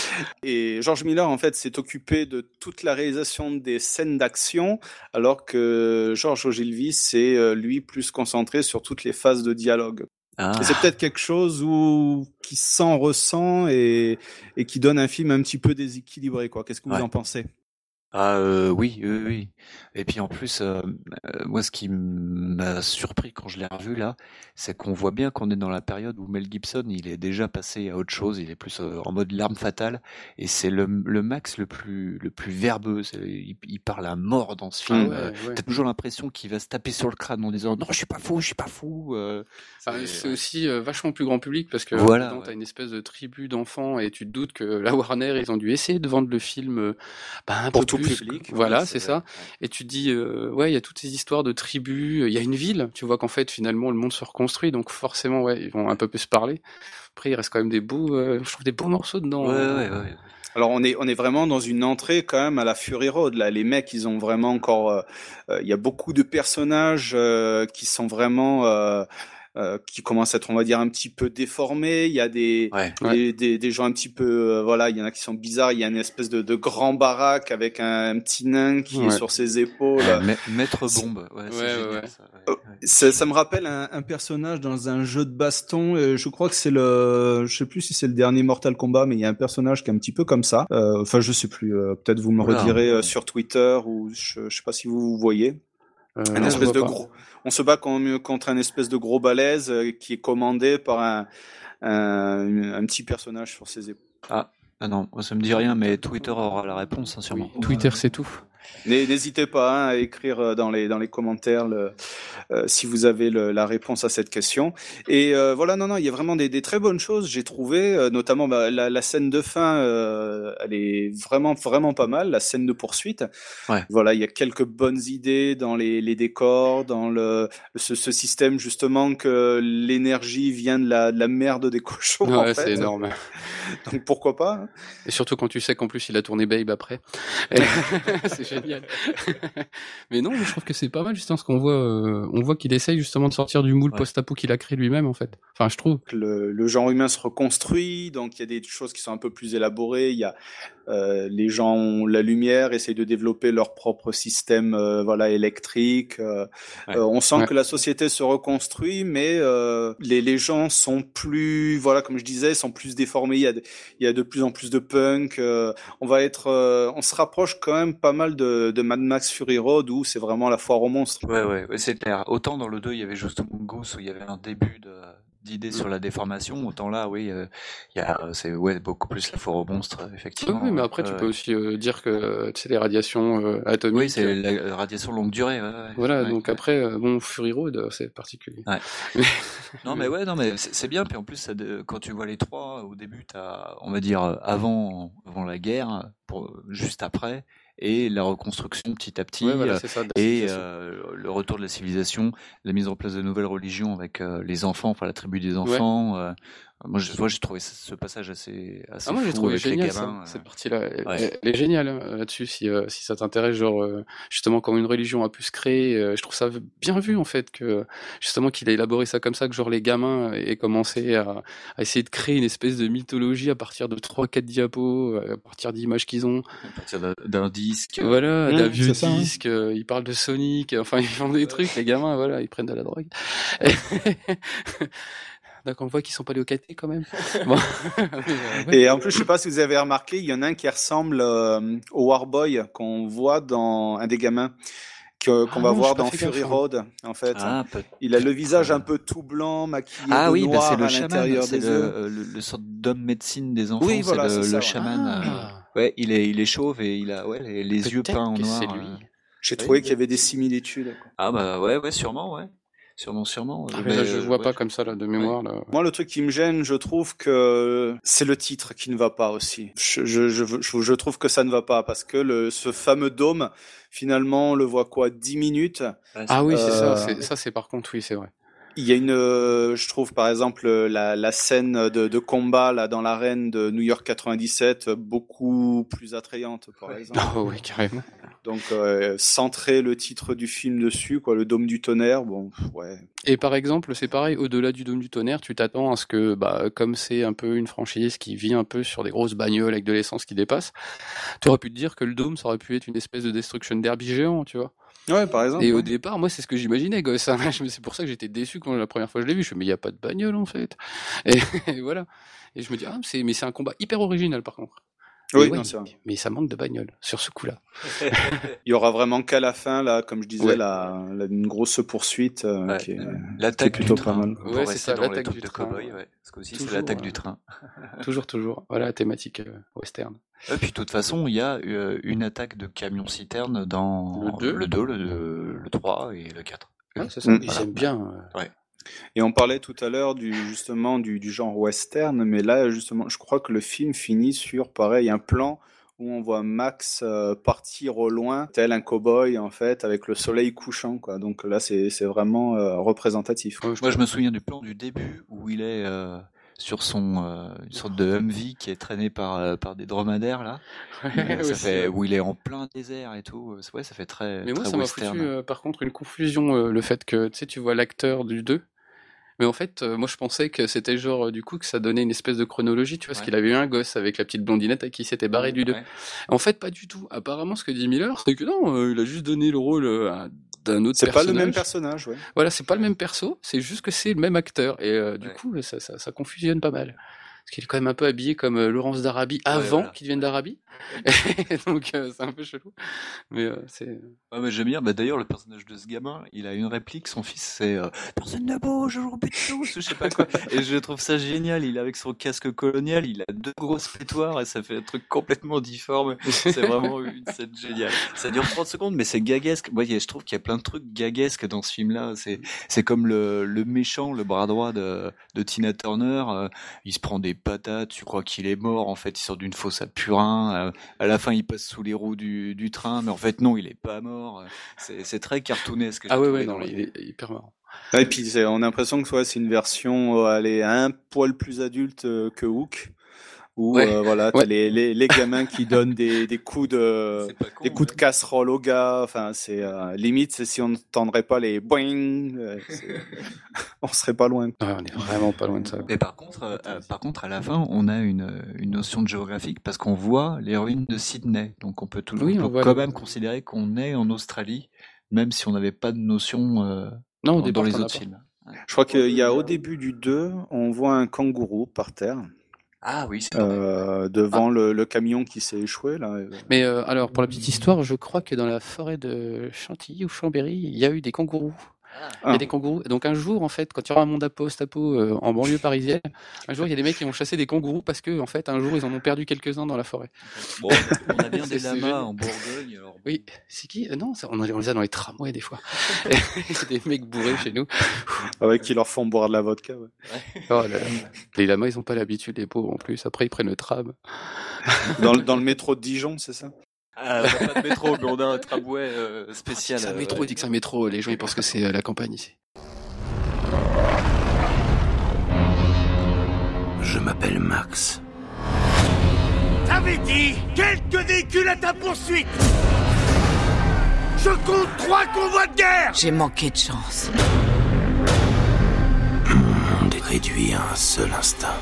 Et George Miller, en fait, s'est occupé de toute la réalisation des scènes d'action, alors que George Ogilvy s'est, euh, lui, plus concentré sur toutes les phases de dialogue. Ah. Et c'est peut-être quelque chose où, qui s'en ressent et, et qui donne un film un petit peu déséquilibré, quoi. Qu'est-ce que vous Ouais. en pensez? Ah euh, oui, oui, oui. Et puis en plus, euh, euh, moi, ce qui m'a surpris quand je l'ai revu là, c'est qu'on voit bien qu'on est dans la période où Mel Gibson, il est déjà passé à autre chose. Il est plus euh, en mode l'arme fatale, et c'est le, le Max le plus le plus verbeux. C'est, il, il parle à mort dans ce Ah film. ouais, Euh, ouais. T'as toujours l'impression qu'il va se taper sur le crâne en disant non, je suis pas fou, je suis pas fou. Euh, Ah, c'est- c'est ouais. aussi euh, vachement plus grand public parce que Voilà, dedans ouais. t'as une espèce de tribu d'enfants et tu te doutes que la Warner ils ont dû essayer de vendre le film euh, bah, un Pour peu tout plus. public. Voilà, Oui, c'est c'est ça. vrai. Ouais. Et tu te dis euh, ouais il y a toutes ces histoires de tribus, il y a une ville, tu vois qu'en fait finalement le monde se reconstruit donc forcément ouais ils vont un peu plus parler. Après il reste quand même des beaux, euh, je trouve des beaux morceaux dedans. Ouais, hein. ouais, ouais. Alors on est on est vraiment dans une entrée quand même à la Fury Road là. Les mecs ils ont vraiment encore euh, euh, il y a beaucoup de personnages euh, qui sont vraiment euh, euh, qui commencent à être on va dire un petit peu déformés. Il y a des Ouais. Ouais. des, des, des gens un petit peu euh, voilà, il y en a qui sont bizarres. Il y a une espèce de, de grand baraque avec un, un petit nain qui est Ouais. sur ses épaules. Ouais, ma- Maître C'est- Bombe, ouais, c'est Ouais, ouais, génial ouais. ça. Ouais, Oh, ouais. Ça, ça me rappelle un, un personnage dans un jeu de baston. euh, Je crois que c'est le, je sais plus si c'est le dernier Mortal Kombat, mais il y a un personnage qui est un petit peu comme ça. Euh, Enfin, je sais plus. euh, Peut-être vous me Oula. redirez euh, sur Twitter ou je, je sais pas si vous voyez. Euh, Un non, je espèce vois de pas. gros. On se bat con- contre un espèce de gros balèze euh, qui est commandé par un, un, un petit personnage sur ses épaules. Ah, ah non, moi, ça me dit rien, mais Twitter aura la réponse, hein, sûrement. Twitter c'est tout. N'hé- N'hésitez pas hein, à écrire euh, dans les dans les commentaires le, euh, si vous avez le, la réponse à cette question. Et euh, voilà, non, non, il y a vraiment des, des très bonnes choses, j'ai trouvé, euh, notamment bah, la, la scène de fin, euh, elle est vraiment vraiment pas mal, la scène de poursuite. Ouais. Voilà, il y a quelques bonnes idées dans les, les décors, dans le ce, ce système justement que l'énergie vient de la, de la merde des cochons. en Ouais, fait. c'est énorme. Donc pourquoi pas hein. Et surtout quand tu sais qu'en plus il a tourné Babe après. Et c'est génial. Mais non, je trouve que c'est pas mal justement ce qu'on voit. Euh, on voit qu'il essaye justement de sortir du moule Ouais. post-apo qu'il a créé lui-même en fait. Enfin, je trouve. Le, le genre humain se reconstruit, donc il y a des choses qui sont un peu plus élaborées. Il y a euh, les gens ont la lumière, essayent de développer leur propre système, euh, voilà, électrique. Euh, Ouais. euh, on sent Ouais. que la société se reconstruit, mais euh, les, les gens sont plus, voilà, comme je disais, sont plus déformés. Il y a de, il y a de plus en plus de punk. Euh, on va être, euh, on se rapproche quand même pas mal de, de Mad Max Fury Road où c'est vraiment la foire aux monstres. Ouais, ouais, ouais, c'est clair. Autant dans le deux, il y avait justement Goose où il y avait un début de, d'idées sur la déformation, autant là, oui, euh, il y a, c'est ouais, beaucoup plus la foire aux monstres, effectivement. Oui, mais ouais. après tu Ouais, peux ouais. aussi euh, dire que tu sais les radiations euh, atomiques. Oui, c'est la la radiation longue durée. Ouais, ouais. Voilà, Ouais, donc ouais. après euh, bon Fury Road euh, c'est particulier. Ouais. Mais- Non, mais ouais, non, mais c'est c'est bien. Puis en plus, ça, de- quand tu vois les trois, au début, t'as, on va dire, avant, avant la guerre, pour, juste après, et la reconstruction petit à petit, Ouais, voilà, euh, c'est ça. de la et civilisation. euh, le retour de la civilisation, la mise en place de nouvelles religions avec euh, les enfants, enfin la tribu des enfants. euh, moi, je, moi, j'ai trouvé ce, ce passage assez, assez Ah moi j'ai fou trouvé avec les génial gamins. ça, euh. cette partie-là. Elle, Ouais. elle- elle est géniale hein, là-dessus si euh, si ça t'intéresse, genre euh, justement comment une religion a pu se créer. Euh, je trouve ça bien vu en fait que justement qu'il a élaboré ça comme ça, que genre les gamins aient commencé à, à essayer de créer une espèce de mythologie à partir de trois quatre diapos, euh, à partir d'images qu'ils ont. À partir d'un- d'un disque. euh, Voilà, Mmh, d'un vieux c'est ça, hein. disque. euh, ils parlent de Sonic. Enfin ils font des trucs. Les gamins, voilà, ils prennent de la drogue. Donc on voit qu'ils sont pas allés au caté quand même. Bon. Mais, euh, ouais. Et en plus, je sais pas si vous avez remarqué, il y en a un qui ressemble euh, au Warboy qu'on voit dans un des gamins que, qu'on Ah va non, voir j'ai pas dans fait Fury gaffe, hein. Road, en fait. Ah, peut- Il a le visage un peu tout blanc, maquillé Ah de oui, bah noir c'est le à chaman, l'intérieur c'est des le, yeux. euh, le, le sorte d'homme médecine des enfants, Oui, voilà, c'est le, c'est ça, le ouais. chaman. euh, Ah. ouais, il est, il est chauve et il a ouais, les, les yeux Peut-être peints en que noir. c'est lui. euh. J'ai Oui. trouvé qu'il y avait des similitudes, quoi. Ah bah ouais, ouais, sûrement, ouais. Sûrement, sûrement. Ah, euh, mais là, mais, je euh, vois ouais, pas je- comme ça là de mémoire là. Moi, le truc qui me gêne, je trouve que c'est le titre qui ne va pas aussi. Je, je, je, je, je trouve que ça ne va pas parce que le, ce fameux dôme, finalement, on le voit quoi, dix minutes. Ouais, Ah c'est- oui, c'est Euh, ça. C'est, ça, c'est par contre, oui, c'est vrai. Il y a une, euh, je trouve par exemple la, la scène de, de combat là dans l'arène de New York quatre-vingt-dix-sept beaucoup plus attrayante par exemple. Oh oui, carrément. Donc euh, centrer le titre du film dessus, quoi, le Dôme du Tonnerre, bon, ouais. Et par exemple, c'est pareil, au-delà du Dôme du Tonnerre, tu t'attends à ce que, bah, comme c'est un peu une franchise qui vit un peu sur des grosses bagnoles avec de l'essence qui dépasse, tu aurais pu te dire que le Dôme, ça aurait pu être une espèce de Destruction Derby géant, tu vois. Ouais, par exemple. Et ouais. au départ, moi, c'est ce que j'imaginais, gosse. C'est pour ça que j'étais déçu quand la première fois je l'ai vu. Je me suis dit, mais il n'y a pas de bagnole, en fait. Et, et voilà. Et je me dis, ah, c'est, mais c'est un combat hyper original, par contre. Oui, ouais, non, c'est vrai. Mais ça manque de bagnole, sur ce coup-là. Il y aura vraiment qu'à la fin, là, comme je disais, Ouais. la, la, une grosse poursuite euh, Ouais. qui est, L'attaque qui est plutôt du pas train. mal. Pour Ouais, c'est rester ça, dans les l'attaque trucs du de train. cow-boy, ouais. Parce que aussi, c'est Toujours, l'attaque euh, du train. Toujours, toujours. Voilà la thématique euh, western. Et puis, de toute façon, il y a euh, une attaque de camion-citerne dans Le deux. le deux, le, le trois et le quatre. Ouais, c'est ça. Mm. Ils Voilà. aiment bien. euh, Ouais. Et on parlait tout à l'heure du justement du, du genre western, mais là justement, je crois que le film finit sur pareil un plan où on voit Max euh, partir au loin, tel un cow-boy en fait, avec le soleil couchant, quoi. Donc là, c'est c'est vraiment euh, représentatif. quoi. ouais, je Moi, je trouve. me souviens du plan du début où il est euh, sur son euh, une sorte de Humvee qui est traîné par euh, par des dromadaires là. Euh, Ouais, ça aussi, fait ouais. où il est en plein désert et tout. Euh, Ouais, ça fait très Mais moi, très ça m'a western. foutu, euh, par contre, une confusion, euh, le fait que, tu sais, tu vois l'acteur du deux. Mais en fait, euh, moi, je pensais que c'était genre, euh, du coup, que ça donnait une espèce de chronologie, tu vois, parce Ouais. qu'il avait eu un gosse avec la petite blondinette à qui s'était barré du deux. Ouais. En fait, pas du tout. Apparemment, ce que dit Miller, c'est que non, euh, il a juste donné le rôle euh, à- d'un autre C'est pas personnage. le même personnage, ouais. Voilà, c'est pas le même perso, c'est juste que c'est le même acteur. Et euh, du Ouais. coup, ça, ça, ça confusionne pas mal. Parce qu'il est quand même un peu habillé comme euh, Laurence d'Arabie avant voilà. qu'il devienne d'Arabie. Et donc, euh, c'est un peu chelou. Mais euh, c'est... Ouais, mais j'aime bien. Bah, d'ailleurs, le personnage de ce gamin, il a une réplique. Son fils, c'est euh, personne ne bouge, je joue au but de tous, je sais pas quoi. Et je trouve ça génial. Il est avec son casque colonial, il a deux grosses pétoires et ça fait un truc complètement difforme. C'est vraiment une scène géniale. Ça dure trente secondes, mais c'est gaguesque. Moi, il y a- je trouve qu'il y a plein de trucs gaguesques dans ce film-là. C'est, c'est comme le, le méchant, le bras droit de, de Tina Turner. euh, il se prend des patates, tu crois qu'il est mort. En fait, il sort d'une fosse à purin. euh, à la fin, il passe sous les roues du, du train, mais en fait, non, il est pas mort. C'est, c'est très cartoonesque. j'ai Ah ouais, trouvé ouais, dans non, le- il est hyper marrant. Et puis c'est- on a l'impression que ouais, c'est une version, euh, elle est un poil plus adulte euh, que Hook. Où Ouais. euh, voilà, t'as Ouais. les, les, les gamins qui donnent des, des coups de C'est pas con, des coups de ouais. casserole aux gars. Enfin, c'est euh, limite, c'est si on n'entendrait pas les boing, euh, c'est- on serait pas loin. Ouais, on est vraiment pas loin de ça. Mais par contre, euh, euh, par contre, à la fin, on a une, une notion de géographique parce qu'on voit les ruines de Sydney. Donc, on peut, tout, Oui, on on peut voit quand le- même considérer qu'on est en Australie, même si on n'avait pas de notion euh, Non, au dans, départ, dans les t'en as autres pas. films. Je crois qu'il y a au début du deux, on voit un kangourou par terre Ah oui, c'est vrai. euh, devant le, le camion qui s'est échoué là. Mais euh, alors, pour la petite histoire, je crois que dans la forêt de Chantilly ou Chambéry, il y a eu des kangourous. Il y Ah. a des kangourous. Donc un jour, en fait, quand il y aura un monde à post-apo euh, en banlieue parisienne, un jour, il y a des mecs qui vont chasser des kangourous parce que, en fait, un jour, ils en ont perdu quelques-uns dans la forêt. Bon, on a bien des C'est lamas génial. en Bourgogne. Alors... Oui, c'est qui Euh, Non, ça, on, en- on les a dans les tramways des fois. C'est des mecs bourrés chez nous. Ah ouais, qui leur font boire de la vodka. Ouais. Oh là là. Les lamas, ils ont pas l'habitude, les pauvres en plus. Après, ils prennent le tram. Dans, le- dans le métro de Dijon, c'est ça? Ah, on n'a pas de métro, mais on a un tramway euh, spécial. C'est un euh, métro, ouais. il dit que c'est un métro. Les gens, ils pensent que c'est euh, la campagne ici. Je m'appelle Max. T'avais dit quelques véhicules à ta poursuite. Je compte trois convois de guerre. J'ai manqué de chance. Mon monde est réduit à un seul instinct.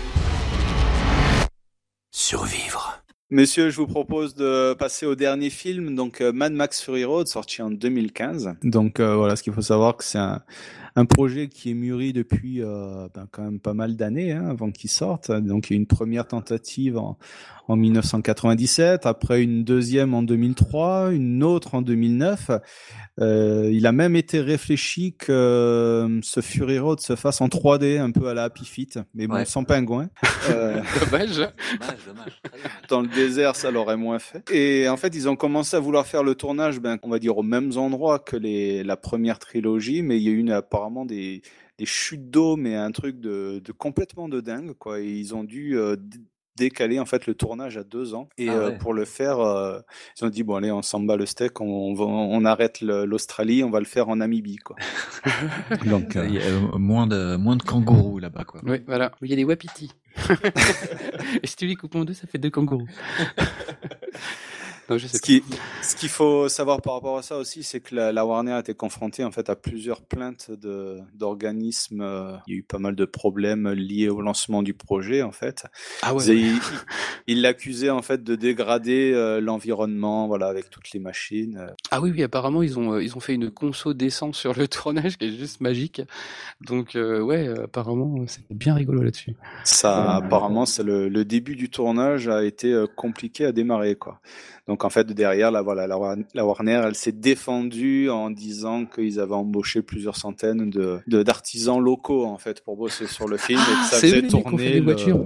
Survivre. Messieurs, je vous propose de passer au dernier film, donc euh, Mad Max Fury Road, sorti en deux mille quinze. Donc euh, voilà, ce qu'il faut savoir, que c'est un, un projet qui est mûri depuis euh, ben, quand même pas mal d'années hein, avant qu'il sorte. Donc il y a eu une première tentative en, en mille neuf cent quatre-vingt-dix-sept, après une deuxième en deux mille trois, une autre en deux mille neuf. Euh, il a même été réfléchi que euh, ce Fury Road se fasse en trois D, un peu à la Happy Feet, mais bon, Ouais. sans pingouin. Euh, Dommage. Dommage, dommage. Très dommage. dans le désert, ça l'aurait moins fait. Et en fait, ils ont commencé à vouloir faire le tournage, ben, on va dire aux mêmes endroits que les, la première trilogie, mais il y a eu une, apparemment des, des chutes d'eau, mais un truc de, de complètement de dingue, quoi. Et ils ont dû euh, d- décalé en fait le tournage à deux ans. Et Ah euh, ouais. pour le faire, euh, ils ont dit bon allez, on s'en bat le steak, on, on, va- on arrête le- l'Australie, on va le faire en Namibie quoi. Donc euh, Il y a euh, moins de moins de kangourous là-bas, quoi. Oui, voilà. Il y a des wapitis. Et si tu les coupes en deux, ça fait deux kangourous. Non, je sais Ce qui, ce qu'il faut savoir par rapport à ça aussi, c'est que la, la Warner a été confrontée en fait à plusieurs plaintes de, d'organismes. euh, Il y a eu pas mal de problèmes liés au lancement du projet en fait. Ah ouais. Ils, ils- ils l'accusaient en fait de dégrader euh, l'environnement, voilà, avec toutes les machines. euh. Ah oui, oui, apparemment, ils ont, euh, ils ont fait une conso d'essence sur le tournage qui est juste magique. Donc, euh, ouais, euh, apparemment, euh, c'était bien rigolo là-dessus. Ça, apparemment, c'est le, le début du tournage a été euh, compliqué à démarrer quoi. Donc en fait derrière là voilà la, War- la Warner elle s'est défendue en disant qu'ils avaient embauché plusieurs centaines de, de d'artisans locaux en fait pour bosser sur le film et que ça c'est faisait eux, les mecs qui ont fait tourner les le... voitures.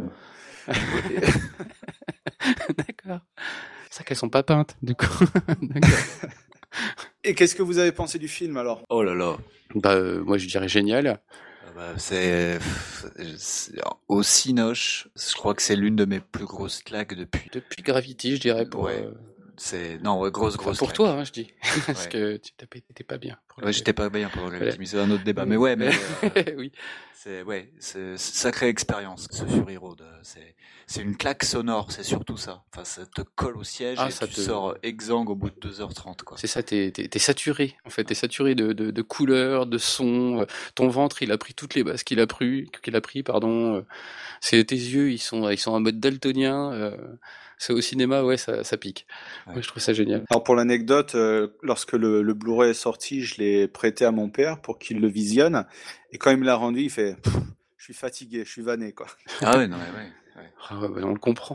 D'accord. C'est ça qu'elles sont pas peintes, du coup. D'accord. Et qu'est-ce que vous avez pensé du film alors? Oh là là. Bah, euh, moi, je dirais génial. Ah bah, c'est, c'est au Cinoche, je crois que c'est l'une de mes plus grosses claques depuis. Depuis Gravity, je dirais, pour, Ouais. euh, C'est non, ouais, grosse enfin, grosse. pour claque. toi, hein, je dis. Parce Ouais. que tu t'as pas- t'étais pas bien. pour Ouais, le- j'étais pas bien pour Voilà. Gravity, mais c'est un autre débat. Mais ouais, mais euh, oui. c'est ouais, c'est c'est sacrée expérience ce Fury Road. C'est c'est une claque sonore, c'est surtout ça. Enfin, ça te colle au siège Ah, et ça tu te- sors exsangue au bout de deux heures trente quoi. C'est ça, t'es, t'es, t'es saturé. En fait, t'es saturé de, de, de couleurs, de sons. euh, Ton ventre, il a pris toutes les bases qu'il a pris, qu'il a pris, pardon. euh, C'est tes yeux, ils sont, ils sont en mode daltonien. euh, C'est au cinéma, ouais, ça, ça pique. Ouais. Ouais, je trouve ça génial. Alors pour l'anecdote, euh, lorsque le, le Blu-ray est sorti, je l'ai prêté à mon père pour qu'il le visionne et quand il me l'a rendu, il fait Pff, je suis fatigué, je suis vanné quoi. Ah ouais, non mais ouais. ouais. Ah ouais, bah, on le comprend.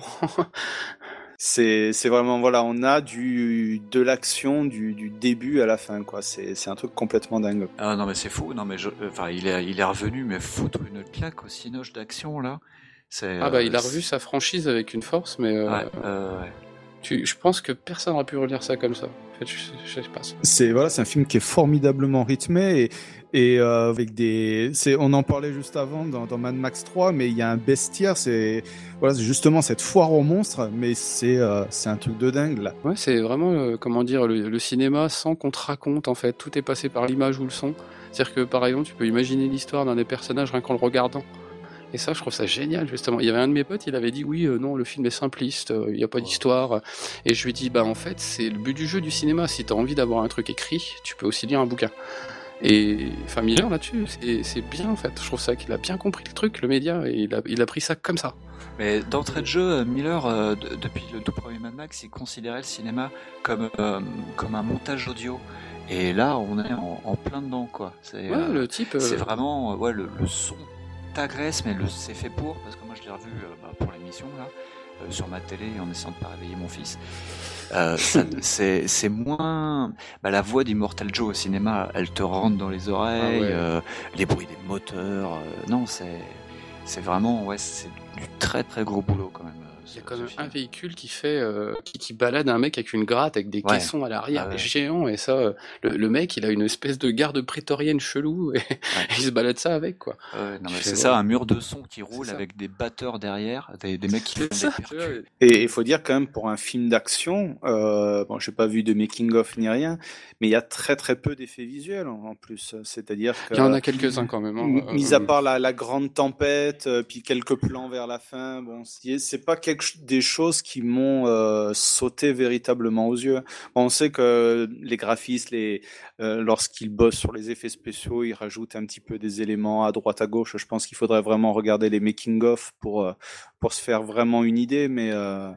C'est c'est vraiment voilà, on a du de l'action du, du début à la fin quoi. C'est c'est un truc complètement dingue. Ah non mais c'est fou. Non mais je, enfin il est il est revenu mais foutre une claque au Cinoche d'action là. C'est. Ah bah, euh, il a c'est- revu sa franchise avec une force, mais euh, Ouais, euh, ouais. tu, je pense que personne n'aurait pu relire ça comme ça. En fait, je, je sais pas. C'est voilà, c'est un film qui est formidablement rythmé et et euh, avec des c'est on en parlait juste avant dans, dans Mad Max trois mais il y a un bestiaire, c'est voilà, c'est justement cette foire aux monstres mais c'est euh, c'est un truc de dingue là. Ouais, c'est vraiment, euh, comment dire, le, le cinéma sans qu'on te raconte, en fait. Tout est passé par l'image ou le son. C'est-à-dire que, par exemple, tu peux imaginer l'histoire d'un des personnages rien qu'en le regardant. Et ça, je trouve ça génial, justement. Il y avait un de mes potes, il avait dit, oui, euh, non, le film est simpliste, euh, il n'y a pas d'histoire. Et je lui ai dit, bah, en fait, c'est le but du jeu du cinéma. Si t'as envie d'avoir un truc écrit, tu peux aussi lire un bouquin. Et, enfin, Miller, là-dessus, c'est, c'est bien, en fait. Je trouve ça qu'il a bien compris le truc, le média, et il a, il a pris ça comme ça. Mais d'entrée de jeu, euh, Miller, euh, de- depuis le tout premier Mad Max, il considérait le cinéma comme euh, comme un montage audio. Et là, on est en, en plein dedans, quoi. C'est, Ouais, euh, le type... euh, c'est vraiment, euh, ouais, le, le son t'agresse, mais le, c'est fait pour, parce que moi je l'ai revu euh, bah, pour l'émission, là, euh, sur ma télé, en essayant de pas réveiller mon fils. Euh, ça, c'est, c'est moins... Bah, la voix d'Immortal Joe au cinéma, elle te rentre dans les oreilles, Ah ouais. euh, les bruits des moteurs, euh, non, c'est, c'est vraiment, ouais, c'est du très très gros boulot, quand même. euh, Il y a ce- quand ce même film. un véhicule qui fait, euh, qui, qui balade un mec avec une gratte, avec des Ouais. caissons à l'arrière, Ah ouais. géants, et ça, euh, le, le mec, il a une espèce de garde prétorienne chelou, et il se balade ça avec, quoi. Ouais, non, mais Tu c'est fais, ça, ouais. un mur de son qui roule C'est ça. avec des batteurs derrière, des, des mecs qui font C'est ça, des tu vois, percus. Et il faut dire quand même pour un film d'action, euh, bon, j'ai pas vu de making of ni rien, mais il y a très très peu d'effets visuels en, en plus. C'est-à-dire que Il y en a quelques-uns quand même. M- Hein. mis Euh, à part la, la grande tempête, euh, puis quelques plans vers la fin, bon, c'est c'est pas quelque ch- des choses qui m'ont euh, sauté véritablement aux yeux. Bon, on sait que les graphistes, les euh, lorsqu'ils bossent sur les effets spéciaux, ils rajoutent un petit peu des éléments à droite à gauche. Je pense qu'il faudrait vraiment regarder les making of pour euh, pour se faire vraiment une idée, mais euh,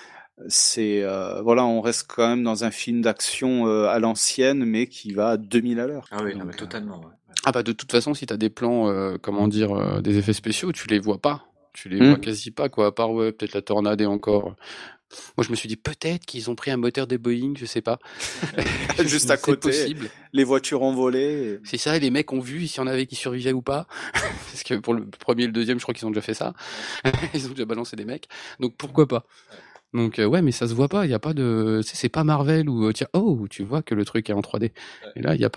c'est euh, voilà, on reste quand même dans un film d'action euh, à l'ancienne, mais qui va à deux mille à l'heure. Ah oui, non, Donc, mais euh, totalement. Ouais. Ah bah de toute façon, si t'as des plans, euh, comment dire, euh, des effets spéciaux, tu les vois pas. Tu les Mm. vois quasi pas, quoi. À part, ouais, peut-être la tornade et encore. Moi, je me suis dit, peut-être qu'ils ont pris un moteur des Boeing, je sais pas. Juste à C'est côté. possible. les voitures ont volé. C'est ça, et les mecs ont vu s'il y en avait qui survivaient ou pas. Parce que pour le premier et le deuxième, je crois qu'ils ont déjà fait ça. Ils ont déjà balancé des mecs. Donc pourquoi pas. Donc euh, ouais, mais ça se voit pas. Il y a pas de, tu sais, c'est pas Marvel où euh, tiens, oh, tu vois que le truc est en trois D. Et là, il y a pas.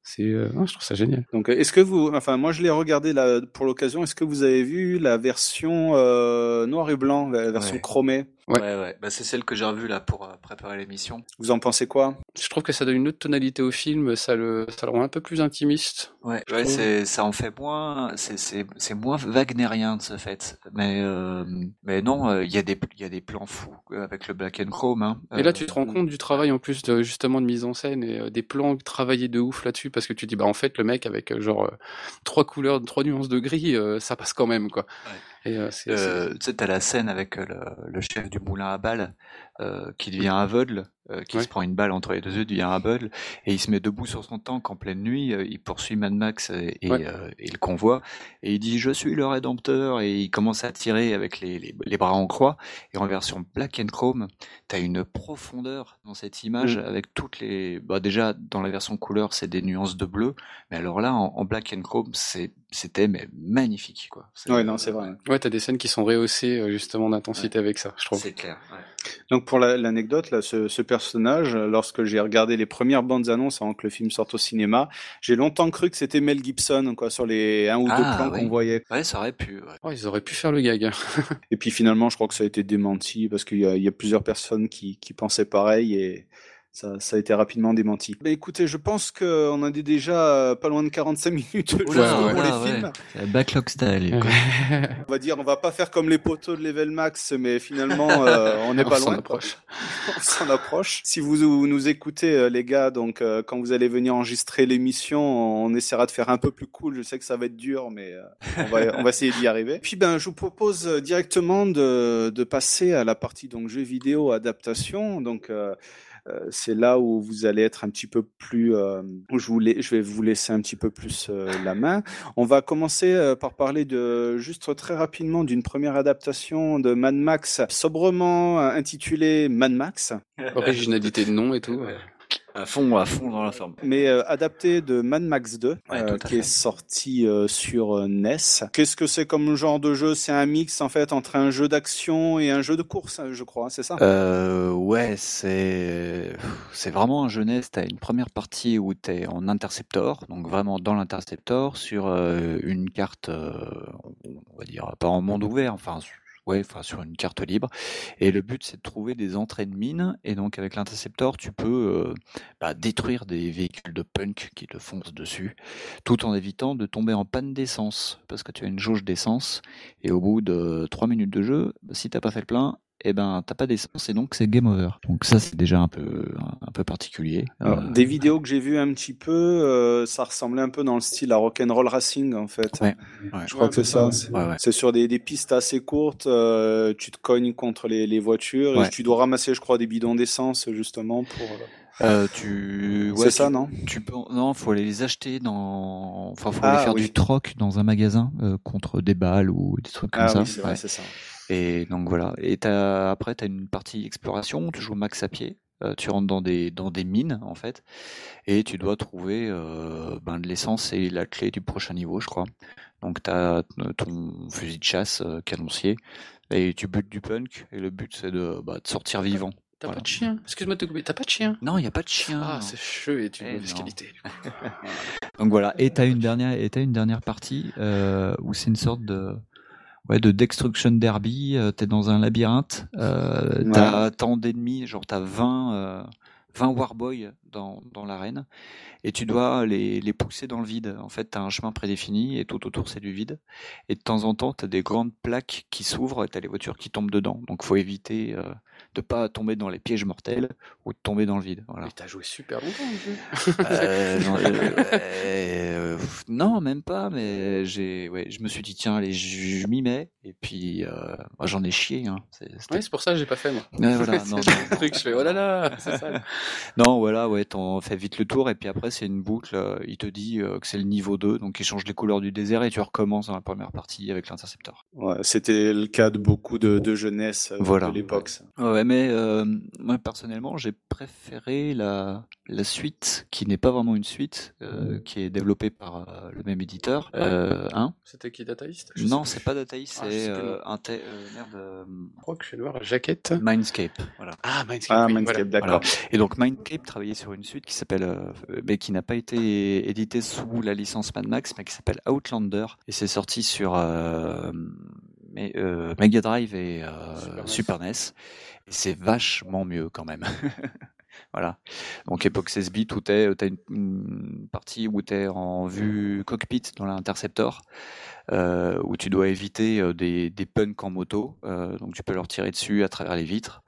C'est, euh, ouais, je trouve ça génial. Donc, est-ce que vous, enfin, moi je l'ai regardé là pour l'occasion. Est-ce que vous avez vu la version euh, noir et blanc, la version Ouais. chromée? Ouais, ouais. ouais. Bah, c'est celle que j'ai revue là pour euh, préparer l'émission. Vous en pensez quoi? Je trouve que ça donne une autre tonalité au film, ça le, ça le rend un peu plus intimiste. Ouais, je ouais, trouve. c'est, ça en fait moins, c'est, c'est, c'est moins wagnérien de ce fait. Mais, euh, mais non, il euh, y a des, il y a des plans fous avec le black and chrome. Hein. Et là, Euh, tu te rends compte du travail en plus de, justement de mise en scène et euh, des plans travaillés de ouf là-dessus, parce que tu te dis bah en fait le mec avec euh, genre euh, trois couleurs, trois nuances de gris, euh, ça passe quand même quoi. Ouais. Et euh, c'est, euh, tu sais, t'as la scène avec euh, le, le chef du moulin à balles euh, qui devient aveugle, euh, qui Ouais. se prend une balle entre les deux yeux, devient aveugle, et il se met debout sur son tank en pleine nuit. euh, il poursuit Mad Max et, et, Ouais. euh, et le convoi, et il dit je suis le Rédempteur, et il commence à tirer avec les, les, les bras en croix. Et en version black and chrome, t'as une profondeur dans cette image Mm. avec toutes les. Bah déjà dans la version couleur, c'est des nuances de bleu, mais alors là en, en black and chrome, c'est c'était mais magnifique quoi. C'est, Ouais, non, c'est vrai. Ouais, t'as des scènes qui sont rehaussées euh, justement d'intensité avec ça, je trouve. C'est clair. Ouais. Donc pour la- l'anecdote, là, ce, ce personnage, lorsque j'ai regardé les premières bandes annonces avant que le film sorte au cinéma, j'ai longtemps cru que c'était Mel Gibson, quoi, sur les un ou deux Ah, plans oui. qu'on voyait. Ouais, ça aurait pu. Ouais. Oh, ils auraient pu faire le gag. Et puis finalement, je crois que ça a été démenti parce qu'il y a, il y a plusieurs personnes qui, qui pensaient pareil et ça, ça a été rapidement démenti. Bah écoutez, je pense qu'on en est déjà euh, pas loin de quarante-cinq minutes juste Oula, pour ouais. les Oula, films. ouais. C'est backlog style. quoi. On va dire, on va pas faire comme les poteaux de Level Max, mais finalement, euh, on n'est On pas s'en loin. approche. On s'en approche. Si vous, vous nous écoutez, euh, les gars, donc euh, quand vous allez venir enregistrer l'émission, on essaiera de faire un peu plus cool. Je sais que ça va être dur, mais euh, on va on va essayer d'y arriver. Puis ben, je vous propose euh, directement de de passer à la partie donc jeux vidéo adaptation. Donc euh, euh, c'est là où vous allez être un petit peu plus, euh, où je, vous la- je vais vous laisser un petit peu plus euh, la main. On va commencer euh, par parler de juste très rapidement d'une première adaptation de Mad Max, sobrement euh, intitulée Mad Max, Originalité de nom et tout. ouais. À fond, à fond dans la forme. mais euh, adapté de Mad Max deux, Ouais, euh, tout à qui est fait. sorti euh, sur euh, N E S. Qu'est-ce que c'est comme genre de jeu? C'est un mix en fait entre un jeu d'action et un jeu de course, je crois, c'est ça? Euh, ouais, c'est c'est vraiment un jeunesse. T'as une première partie où t'es en interceptor, donc vraiment dans l'interceptor sur euh, une carte, euh, on va dire pas en monde ouvert, enfin su- ouais, enfin sur une carte libre. Et le but c'est de trouver des entrées de mines. Et donc avec l'interceptor, tu peux euh, bah, détruire des véhicules de punk qui te foncent dessus, tout en évitant de tomber en panne d'essence, parce que tu as une jauge d'essence. Et au bout de trois minutes de jeu, bah, si t'as pas fait le plein, eh ben t'as pas d'essence et donc c'est game over. Donc ça c'est déjà un peu un peu particulier. Alors, Euh, des vidéos que j'ai vues un petit peu, euh, ça ressemblait un peu dans le style à Rock'n'Roll Racing en fait. Ouais, ouais. Je crois Ouais, que c'est bah, ça. C'est, Ouais, ouais. c'est sur des, des pistes assez courtes, euh, tu te cognes contre les, les voitures Ouais. et tu dois ramasser, je crois, des bidons d'essence justement pour. euh, Euh, tu ouais, c'est ça, tu, non? tu peux non, faut aller les acheter dans enfin faut Ah, aller faire oui. du troc dans un magasin euh, contre des balles ou des trucs comme Ah ça. oui, c'est vrai, Ouais. c'est ça. Et donc voilà. Et t'as, après, tu as une partie exploration où tu joues au max à pied. Euh, tu rentres dans des, dans des mines, en fait. Et tu dois trouver euh, ben, de l'essence et la clé du prochain niveau, je crois. Donc tu as ton fusil de chasse, euh, canoncier. Et tu butes du punk. Et le but, c'est de, bah, de sortir vivant. T'as Voilà. pas de chien? Excuse-moi de te couper, t'as pas de chien? Non, il n'y a pas de chien. Ah, non. c'est cheux et une Eh mauvaise non. qualité. du coup. Donc voilà. Et t'as une dernière, et t'as une dernière partie euh, où c'est une sorte de ouais, de Destruction Derby. Euh, t'es dans un labyrinthe. Euh, Ouais. t'as tant d'ennemis, genre t'as vingt, euh, vingt Warboys dans, dans l'arène. Et tu dois les, les pousser dans le vide. En fait, t'as un chemin prédéfini et tout autour c'est du vide. Et de temps en temps, t'as des grandes plaques qui s'ouvrent et t'as les voitures qui tombent dedans. Donc faut éviter euh, de pas tomber dans les pièges mortels ou de tomber dans le vide. Voilà. Mais t'as joué super longtemps au jeu. Euh, non, euh, euh, non, même pas, mais j'ai, ouais, je me suis dit tiens, allez, je, je m'y mets, et puis euh, moi, j'en ai chié. Hein. C'est, c'était- Ouais, c'est pour ça que j'ai pas fait, moi. Ouais, voilà, c'est non, le non. truc, je fais, oh là là, c'est ça. Non, voilà, ouais, t'en fais vite le tour, et puis après c'est une boucle. euh, il te dit euh, que c'est le niveau deux, donc il change les couleurs du désert, et tu recommences dans la première partie avec l'intercepteur. Ouais, c'était le cas de beaucoup de, de jeunesse euh, Voilà. de l'époque. Ça. Ouais, mais euh, moi personnellement, j'ai préféré la la suite, qui n'est pas vraiment une suite, euh, qui est développée par euh, le même éditeur. Euh, hein C'était qui, Data East? Non, c'est pas Data East, Ah, c'est c'est euh, un te- euh, merde. Euh, Je crois que je vais voir la jaquette. Mindscape, voilà. Ah, Mindscape. Ah, oui, Mindscape, voilà. d'accord. Voilà. Et donc Mindscape travaillait sur une suite qui s'appelle, euh, mais qui n'a pas été éditée sous la licence Mad Max, mais qui s'appelle Outlander, et c'est sorti sur euh, mais, euh, Mega Drive et euh, Super Super, NES. N E S, et c'est vachement mieux quand même. Voilà. Donc époque seize bits où t'es, t'as une, une partie où t'es en vue cockpit dans l'Interceptor, euh, où tu dois éviter euh, des, des punks en moto, euh, donc tu peux leur tirer dessus à travers les vitres.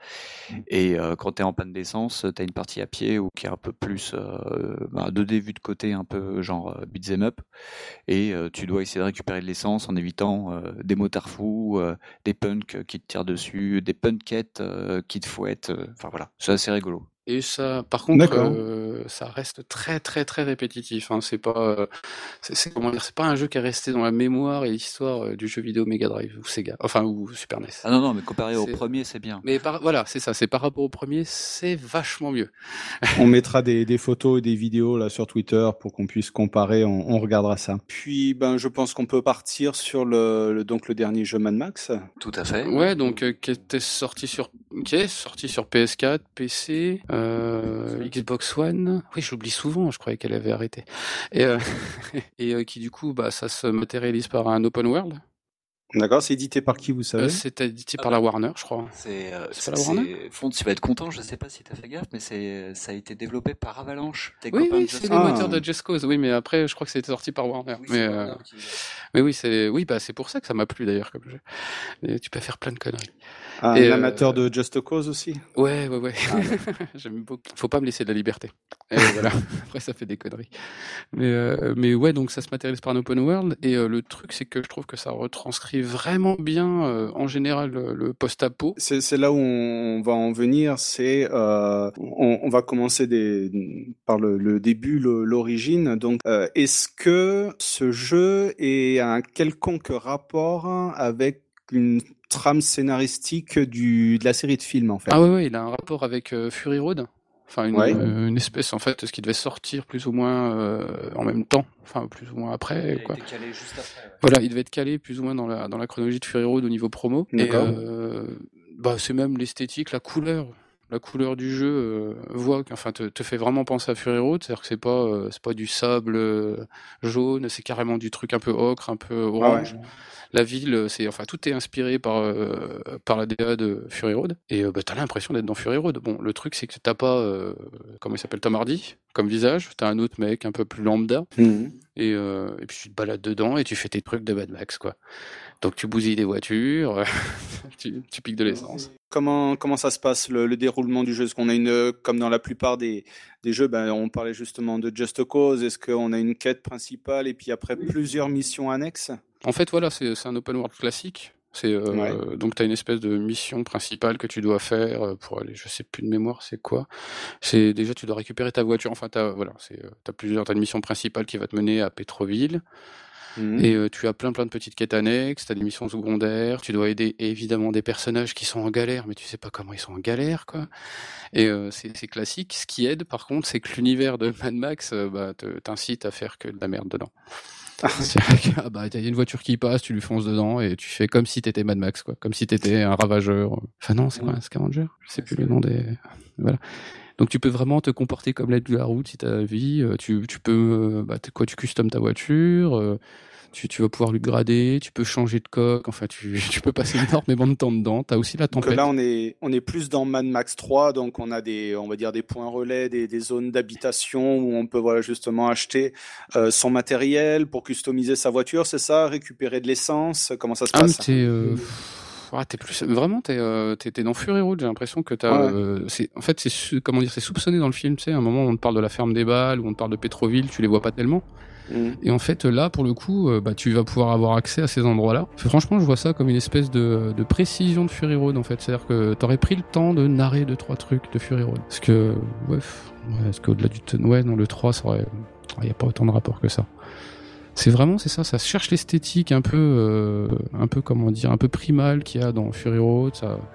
Et euh, quand t'es en panne d'essence, t'as une partie à pied ou qui est un peu plus euh, bah, deux D vue de côté, un peu genre euh, beat'em up, et euh, tu dois essayer de récupérer de l'essence en évitant euh, des motards fous, euh, des punks qui te tirent dessus, des punkettes euh, qui te fouettent. euh, Enfin voilà, c'est assez rigolo. Et ça, par contre, D'accord. euh, ça reste très très très répétitif. Hein. C'est pas, euh, c'est, c'est comment dire, c'est pas un jeu qui est resté dans la mémoire et l'histoire euh, du jeu vidéo Mega Drive ou Sega, enfin ou Super N E S. Ah non non, mais comparé au C'est- premier, c'est bien. Mais par, voilà, c'est ça. C'est par rapport au premier, c'est vachement mieux. On mettra des, des photos et des vidéos là sur Twitter pour qu'on puisse comparer. On, on regardera ça. Puis, ben, je pense qu'on peut partir sur le, le donc le dernier jeu Mad Max. Tout à fait. Ouais, donc euh, qui était sorti sur, qui est sorti sur P S quatre, P C, euh, Xbox One. Oui, je l'oublie souvent. Je croyais qu'elle avait arrêté. Et, euh, et euh, qui du coup, bah, ça se matérialise par un open world. D'accord, c'est édité par qui, vous savez? Euh, c'est édité Ah par bah. la Warner, je crois. C'est, euh, C'est pas la Warner c'est, Fond, tu vas être content, je sais pas si t'as fait gaffe, mais c'est, ça a été développé par Avalanche. Tes Oui, copains oui, de c'est Just les Ah. moteurs de Just Cause. Oui, mais après, je crois que c'était sorti par Warner. Oui, mais, c'est euh, Warner qui- mais oui, c'est, oui, bah, c'est pour ça que ça m'a plu d'ailleurs comme jeu. Et tu peux faire plein de conneries. Un Et, euh, amateur de Just Cause aussi? Ouais, ouais, ouais. J'aime beaucoup. Faut pas me laisser de la liberté. Et voilà. Après, ça fait des conneries. Mais, euh, mais ouais, donc ça se matérialise par un open world. Et euh, le truc, c'est que je trouve que ça retranscrit vraiment bien, euh, en général, le, le post-apo. C'est, c'est là où on va en venir. C'est, euh, on, on va commencer des, par le, le début, le- l'origine. Donc, euh, est-ce que ce jeu est un quelconque rapport avec une trame scénaristique du, de la série de films, en fait? Ah ouais, ouais, il a un rapport avec euh, Fury Road. Enfin, une, Ouais. euh, une espèce, en fait, ce qui devait sortir plus ou moins euh, en même temps. Enfin, plus ou moins après, Il a quoi. été calé juste après. ouais. Voilà, il devait être calé plus ou moins dans la, dans la chronologie de Fury Road au niveau promo. Et D'accord. euh, bah, c'est même l'esthétique, la couleur. La couleur du jeu euh, voit, enfin, te, te fait vraiment penser à Fury Road. C'est-à-dire que c'est pas, euh, c'est pas du sable euh, jaune, c'est carrément du truc un peu ocre, un peu orange. ouais. La ville, c'est, enfin, tout est inspiré par euh, par la D A de Fury Road. Et euh, bah, t'as l'impression d'être dans Fury Road. Bon, le truc, c'est que t'as pas, euh, comment il s'appelle, Tom Hardy comme visage. T'as un autre mec un peu plus lambda. Mhm. Et, euh, et puis tu te balades dedans et tu fais tes trucs de Mad Max, quoi. Donc tu bousilles des voitures, tu, tu piques de l'essence. Comment, comment ça se passe, le, le déroulement du jeu? Est-ce qu'on a une, comme dans la plupart des, des jeux, ben, on parlait justement de Just Cause, est-ce qu'on a une quête principale et puis après plusieurs missions annexes? En fait, voilà, c'est, c'est un open world classique. C'est euh, Ouais. donc t'as une espèce de mission principale que tu dois faire euh, pour aller, je sais plus de mémoire, c'est quoi. C'est déjà tu dois récupérer ta voiture. Enfin, t'as voilà, c'est euh, t'as plusieurs, t'as une mission principale qui va te mener à Petroville. Mhm. Et euh, tu as plein plein de petites quêtes annexes, tu as des missions secondaires, tu dois aider évidemment des personnages qui sont en galère, mais tu sais pas comment ils sont en galère, quoi. Et euh, c'est, c'est classique. Ce qui aide par contre, c'est que l'univers de Mad Max euh, bah, te, t'incite à faire que de la merde dedans. C'est-à-dire que, ah bah, il y a une voiture qui passe, tu lui fonces dedans et tu fais comme si t'étais Mad Max, quoi. Comme si t'étais un ravageur. Enfin non, c'est quoi, un scavenger? Je sais plus le nom des... Voilà. Donc tu peux vraiment te comporter comme l'aide de la route si t'as envie. Euh, Tu, tu peux, euh, bah, t'es quoi, tu customes ta voiture, euh, tu, tu vas pouvoir lui grader, tu peux changer de coque. Enfin, tu, tu peux passer énormément de temps dedans. T'as aussi la Donc tempête. là, on est, on est plus dans Mad Max trois, donc on a des, on va dire des points relais, des, des zones d'habitation où on peut voilà justement acheter euh, son matériel pour customiser sa voiture, c'est ça? Récupérer de l'essence, comment ça se Ah, mais passe? t'es, euh, ah, t'es plus, vraiment, t'es, euh, t'es, t'es dans Fury Road. J'ai l'impression que t'as, Ouais. euh, c'est, en fait, c'est, su- comment dire, c'est soupçonné dans le film. Tu sais, à un moment, on te parle de la ferme des balles, ou on te parle de Petroville, tu les vois pas tellement. Mhm. Et en fait, là, pour le coup, euh, bah, tu vas pouvoir avoir accès à ces endroits-là. Franchement, je vois ça comme une espèce de, de précision de Fury Road, en fait. C'est-à-dire que t'aurais pris le temps de narrer deux, trois trucs de Fury Road. Parce que, ouais, pff, ouais, parce qu'au-delà du, ten- ouais, non, le trois, ça aurait, il y a pas autant de rapport que ça. C'est vraiment, c'est ça, ça cherche l'esthétique un peu, euh, un peu, comment dire, un peu primale qu'il y a dans Fury Road. Ça,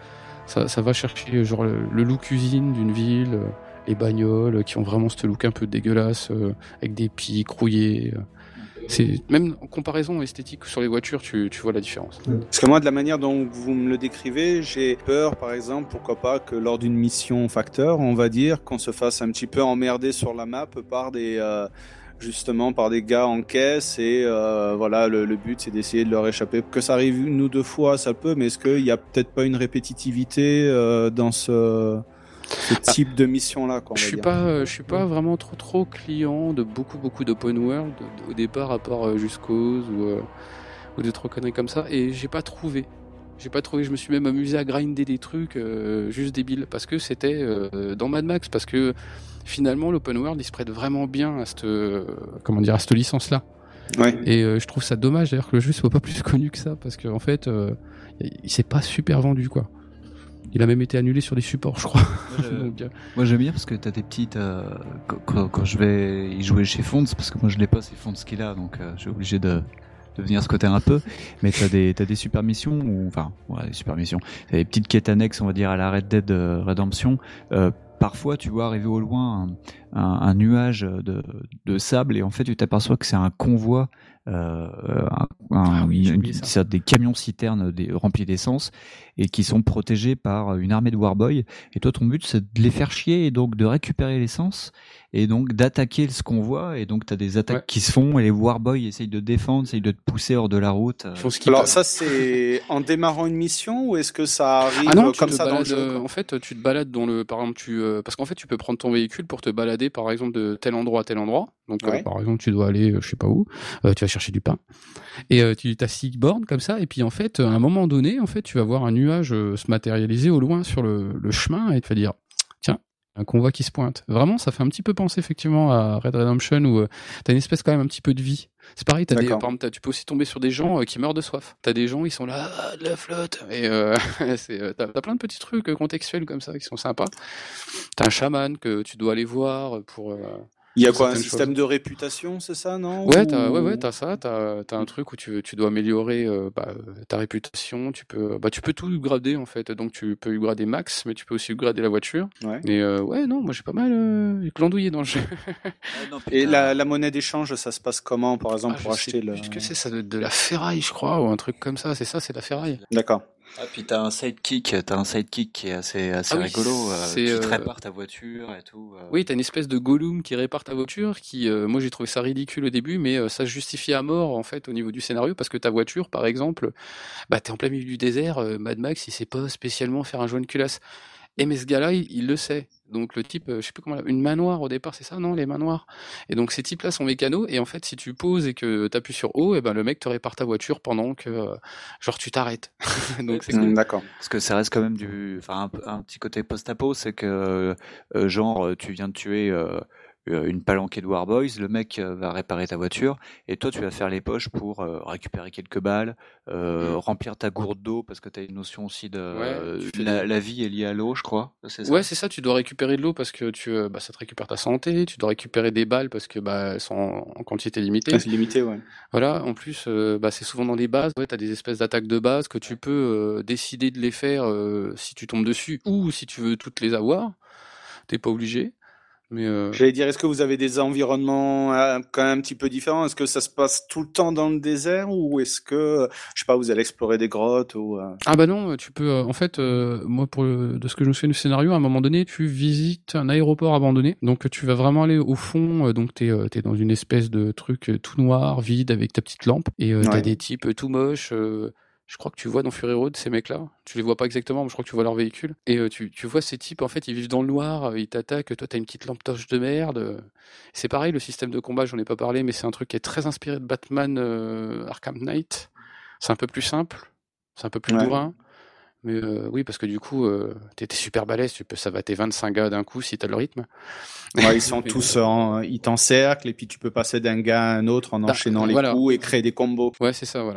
ça, ça va chercher genre le, le look usine d'une ville, euh, les bagnoles qui ont vraiment ce look un peu dégueulasse, euh, avec des pics rouillés. Euh. C'est même en comparaison esthétique sur les voitures, tu, tu vois la différence. Parce que moi, de la manière dont vous me le décrivez, j'ai peur, par exemple, pourquoi pas que lors d'une mission facteur, on va dire, qu'on se fasse un petit peu emmerder sur la map par des, euh, justement, par des gars en caisse et euh, voilà, le, le but c'est d'essayer de leur échapper. Que ça arrive une ou deux fois, ça peut, mais est-ce qu'il y a peut-être pas une répétitivité euh, dans ce ce type ah, de mission là quoi, on je va suis dire. pas euh, je suis pas vraiment trop trop client de beaucoup beaucoup d'open world au départ, à part euh, Just Cause ou euh, ou des trop conneries comme ça, et j'ai pas trouvé j'ai pas trouvé je me suis même amusé à grinder des trucs euh, juste débiles parce que c'était euh, dans Mad Max, parce que finalement l'open world il se prête vraiment bien à cette euh, comment dire à cette licence là. Ouais. Et euh, je trouve ça dommage d'ailleurs que le jeu soit pas plus connu que ça, parce qu'en fait euh, il s'est pas super vendu quoi. Il a même été annulé sur des supports, je crois. Moi, je... Donc, euh... moi j'aime bien parce que t'as des petites. Euh, quand, quand je vais y jouer chez Fonds, parce que moi je l'ai pas, c'est Fonds qu'il a, donc euh, je suis obligé de, de venir squatter un peu. Mais t'as des, t'as des super missions, ou enfin, ouais, des super missions. T'as des petites quêtes annexes, on va dire, à la Red Dead Redemption. Euh, parfois, tu vois arriver au loin un, un, un nuage de, de sable, et en fait, tu t'aperçois que c'est un convoi. Euh, un, un, ah oui, une, une, des camions citernes des, remplis d'essence et qui sont protégés par une armée de Warboy, et toi ton but c'est de les faire chier et donc de récupérer l'essence et donc d'attaquer ce convoi, et donc t'as des attaques ouais. qui se font et les Warboy essayent de défendre, essayent de te pousser hors de la route. Alors ça c'est en démarrant une mission ou est-ce que ça arrive ah non, comme ça balades, dans le jeu? En fait tu te balades dans le, par exemple tu, euh, parce qu'en fait tu peux prendre ton véhicule pour te balader par exemple de tel endroit à tel endroit. Donc ouais. euh, par exemple tu dois aller euh, je sais pas où, euh, tu vas chercher du pain et euh, tu as six bornes comme ça, et puis en fait à un moment donné en fait tu vas voir un nuage euh, se matérialiser au loin sur le, le chemin, et tu vas dire tiens, un convoi qui se pointe. Vraiment ça fait un petit peu penser effectivement à Red Redemption où euh, t'as une espèce quand même un petit peu de vie. C'est pareil, t'as des, par exemple, t'as, tu peux aussi tomber sur des gens euh, qui meurent de soif. T'as des gens, ils sont là, ah, de la flotte, et euh, c'est, euh, t'as, t'as plein de petits trucs euh, contextuels comme ça qui sont sympas. T'as un chaman que tu dois aller voir pour euh, il y a quoi, un système choses. de réputation, c'est ça, non? Ouais, t'as, ouais, ouais, t'as ça, t'as, t'as un truc où tu, tu dois améliorer euh, bah, ta réputation, tu peux, bah, tu peux tout grader en fait, donc tu peux grader max, mais tu peux aussi grader la voiture. Ouais. Et euh, ouais, non, moi j'ai pas mal euh, glandouillé dans le jeu. Ouais, non, et la, la monnaie d'échange, ça se passe comment, par exemple, ah, pour acheter le... Qu'est-ce que c'est, ça doit être de la ferraille, je crois, ou un truc comme ça, c'est ça, c'est la ferraille. D'accord. Ah, puis t'as un sidekick, t'as un sidekick qui est assez, assez ah oui, rigolo, euh, qui te répare ta voiture et tout. Euh. Oui, t'as une espèce de Gollum qui répare ta voiture, qui, euh, moi j'ai trouvé ça ridicule au début, mais euh, ça se justifie à mort en fait au niveau du scénario, parce que ta voiture, par exemple, bah t'es en plein milieu du désert, euh, Mad Max, il sait pas spécialement faire un joint de culasse. Et mais ce gars-là, il, il le sait. Donc le type, euh, je sais plus comment, une main noire au départ, c'est ça, non, les mains noires. Et donc ces types-là sont mécanos, et en fait, si tu poses et que t'appuies sur O, et ben le mec te répare ta voiture pendant que, euh, genre, tu t'arrêtes. donc c'est cool. Mmh, d'accord. Parce que ça reste quand même du, enfin un, un petit côté post-apo, c'est que euh, genre tu viens de tuer. Euh, une palanquée de Warboys, le mec va réparer ta voiture et toi tu vas faire les poches pour euh, récupérer quelques balles, euh, mmh. remplir ta gourde d'eau, parce que tu as une notion aussi de ouais, euh, la, des... la vie est liée à l'eau, je crois. C'est ça ouais, c'est ça, tu dois récupérer de l'eau parce que tu, bah, ça te récupère ta santé, tu dois récupérer des balles parce que bah, elles sont en, en quantité limitée. Ah, c'est limité, ouais. Voilà, en plus, euh, bah, c'est souvent dans des bases, ouais, tu as des espèces d'attaques de base que tu peux euh, décider de les faire euh, si tu tombes dessus ou si tu veux toutes les avoir. T'es pas obligé. Mais euh... J'allais dire, est-ce que vous avez des environnements euh, quand même un petit peu différents? Est-ce que ça se passe tout le temps dans le désert, ou est-ce que, je sais pas, vous allez explorer des grottes ou euh... Ah bah non, tu peux. Euh, en fait, euh, moi, pour le, de ce que je me souviens du scénario, à un moment donné, tu visites un aéroport abandonné. Donc, tu vas vraiment aller au fond. Euh, donc, t'es, euh, t'es dans une espèce de truc euh, tout noir, vide, avec ta petite lampe, et euh, ouais. t'as des types euh, tout moches. Euh, Je crois que tu vois dans Fury Road ces mecs-là. Tu les vois pas exactement, mais je crois que tu vois leur véhicule. Et euh, tu, tu vois ces types, en fait, ils vivent dans le noir, euh, ils t'attaquent. Toi, t'as une petite lampe torche de merde. C'est pareil, le système de combat, j'en ai pas parlé, mais c'est un truc qui est très inspiré de Batman euh, Arkham Knight. C'est un peu plus simple, c'est un peu plus ouais. bourrin. Mais euh, oui, parce que du coup, euh, t'es, t'es super balèze, tu peux savater vingt-cinq gars d'un coup si t'as le rythme. Ouais, ils sont tous, en, ils t'encerclent, et puis tu peux passer d'un gars à un autre en enchaînant ah, les voilà. coups et créer des combos. Ouais, c'est ça, voilà.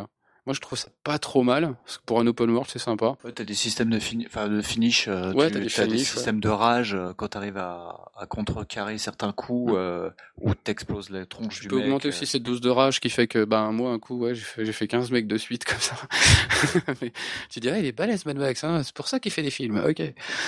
Moi, je trouve ça pas trop mal, parce que pour un open world, c'est sympa. Ouais, t'as des systèmes de, fini... enfin, de finish, euh, ouais, tu t'as des, t'as finish, des systèmes ouais. de rage euh, quand t'arrives à, à contrecarrer certains coups, ouais. euh, ou t'exploses la tronche tu du peux mec. Tu peux augmenter euh... aussi cette dose de rage qui fait que, ben, moi, un coup, ouais, j'ai fait, j'ai fait quinze mecs de suite comme ça. Mais tu dirais, il est balèze, Mad Max, hein, c'est pour ça qu'il fait des films, ok.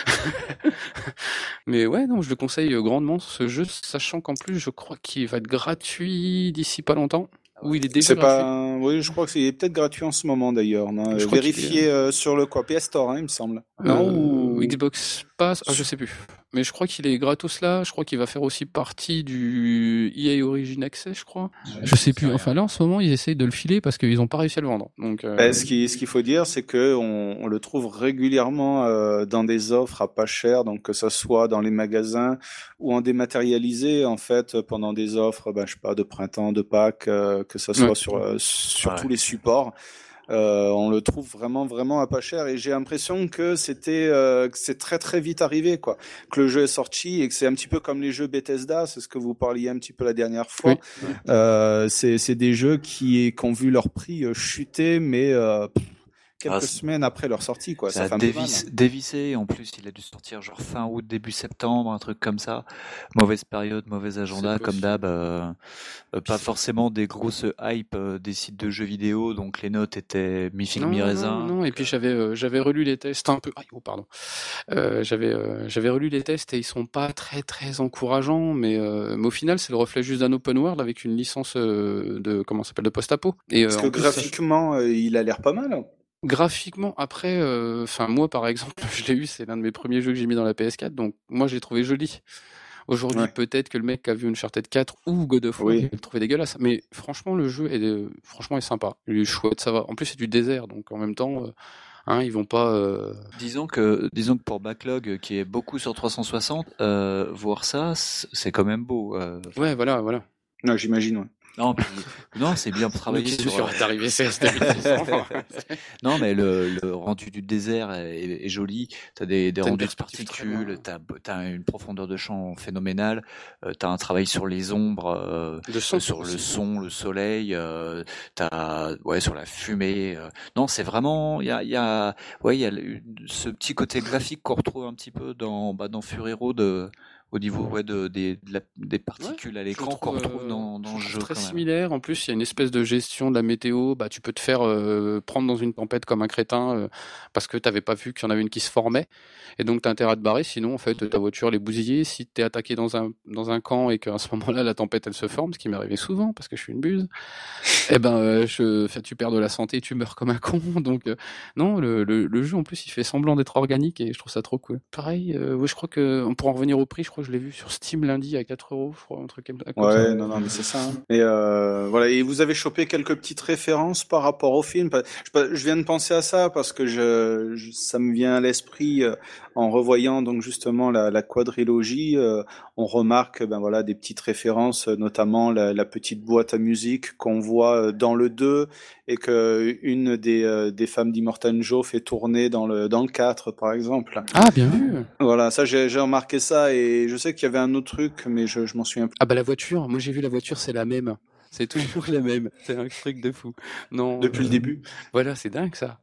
Mais ouais, non, je le conseille grandement, ce jeu, sachant qu'en plus, je crois qu'il va être gratuit d'ici pas longtemps. Ou il est déjà c'est gratuit. pas, oui, je crois que c'est peut-être gratuit en ce moment d'ailleurs. Non, je crois vérifier est... euh, sur le quoi, P S Store, hein, il me semble. Euh, non, ou Xbox Pass, ah, je sais plus. Mais je crois qu'il est gratos là. Je crois qu'il va faire aussi partie du E A Origin Access, je crois. Ouais, je sais plus. Rien. Enfin là, en ce moment, ils essayent de le filer parce qu'ils ont pas réussi à le vendre. Donc, euh... ben, ce qu'il ce qu'il faut dire, c'est que on, on le trouve régulièrement euh, dans des offres à pas cher, donc que ça soit dans les magasins ou en dématérialisé, en fait, pendant des offres, ben, je sais pas, de printemps, de Pâques, euh, que ça soit ouais. sur euh, sur ouais. tous les supports. Euh, on le trouve vraiment vraiment à pas cher et j'ai l'impression que c'était euh, que c'est très très vite arrivé quoi, que le jeu est sorti et que c'est un petit peu comme les jeux Bethesda, c'est ce que vous parliez un petit peu la dernière fois. Oui. Euh, c'est c'est des jeux qui qui ont vu leur prix chuter mais euh, quelques ah, semaines après leur sortie quoi. Ça, ça fait un dévissé, peu mal. dévissé. En plus, il a dû sortir genre fin août, début septembre, un truc comme ça. Mauvaise période, mauvais agenda, comme d'hab. Euh, euh, pas forcément des grosses hype euh, des sites de jeux vidéo, donc les notes étaient mi-figue, mi-raisin. Non, non, et puis j'avais euh, j'avais relu les tests un peu. Ah, oh, pardon. Euh, j'avais euh, j'avais relu les tests et ils sont pas très très encourageants, mais, euh, mais au final, c'est le reflet juste d'un open world avec une licence euh, de comment ça s'appelle de post-apo. Et parce euh, que graphiquement, ça... il a l'air pas mal. Graphiquement, après, enfin euh, moi par exemple, je l'ai eu, c'est l'un de mes premiers jeux que j'ai mis dans la P S quatre, donc moi j'ai trouvé joli. Aujourd'hui, ouais. peut-être que le mec qui a vu Uncharted quatre ou God of War, oui. il va le trouver dégueulasse. Mais franchement, le jeu est, euh, franchement, est sympa. Il est chouette, ça va. En plus, c'est du désert, donc en même temps, euh, hein, ils vont pas. Euh... Disons que, disons que pour Backlog, qui est beaucoup sur trois cent soixante, euh, voir ça, c'est quand même beau. Euh... Ouais, voilà, voilà. Non, j'imagine, ouais. Non, puis, non, c'est bien travaillé sur. sur d'arriver C S deux mille six cents. Non, mais le, le rendu du désert est, est, est joli. T'as des, des rendus de particules, t'as, t'as une profondeur de champ phénoménale. Euh, t'as un travail sur les ombres, euh, le son, sur le son, le soleil. Euh, t'as, ouais, sur la fumée. Euh. Non, c'est vraiment, il y a, il y a, ouais, il y a ce petit côté graphique qu'on retrouve un petit peu dans, bah, dans Furero de. Au niveau ouais, de, de, de la, des particules ouais, à l'écran qu'on retrouve euh, dans, dans le jeu. Très quand même. similaire. En plus, il y a une espèce de gestion de la météo. Bah, tu peux te faire euh, prendre dans une tempête comme un crétin euh, parce que tu n'avais pas vu qu'il y en avait une qui se formait. Et donc, tu as intérêt à te barrer. Sinon, en fait, ta voiture elle est bousillée. Si tu es attaqué dans un, dans un camp et qu'à ce moment-là, la tempête elle se forme, ce qui m'est arrivé souvent parce que je suis une buse, eh ben, euh, je, fait, tu perds de la santé, tu meurs comme un con. Donc, euh, non, le, le, le jeu en plus, il fait semblant d'être organique et je trouve ça trop cool. Pareil, euh, ouais, je crois que pour en revenir au prix, je crois que je l'ai vu sur Steam lundi à quatre euros, je crois, un truc comme ça. Ouais, non, non, mais c'est ça. Hein. Et euh, voilà. Et vous avez chopé quelques petites références par rapport au film. Je, je viens de penser à ça parce que je, je ça me vient à l'esprit euh, en revoyant donc justement la, la quadrilogie. Euh, on remarque, ben voilà, des petites références, notamment la, la petite boîte à musique qu'on voit dans le deux et que une des, euh, des femmes d'Immortan Joe fait tourner dans le dans le quatre, par exemple. Ah, bien vu. Voilà, ça j'ai, j'ai remarqué ça et je sais qu'il y avait un autre truc, mais je, je m'en souviens plus. Ah bah la voiture, moi j'ai vu la voiture, c'est la même. C'est toujours la même. C'est un truc de fou. Non. Depuis euh, le début. Voilà, c'est dingue ça.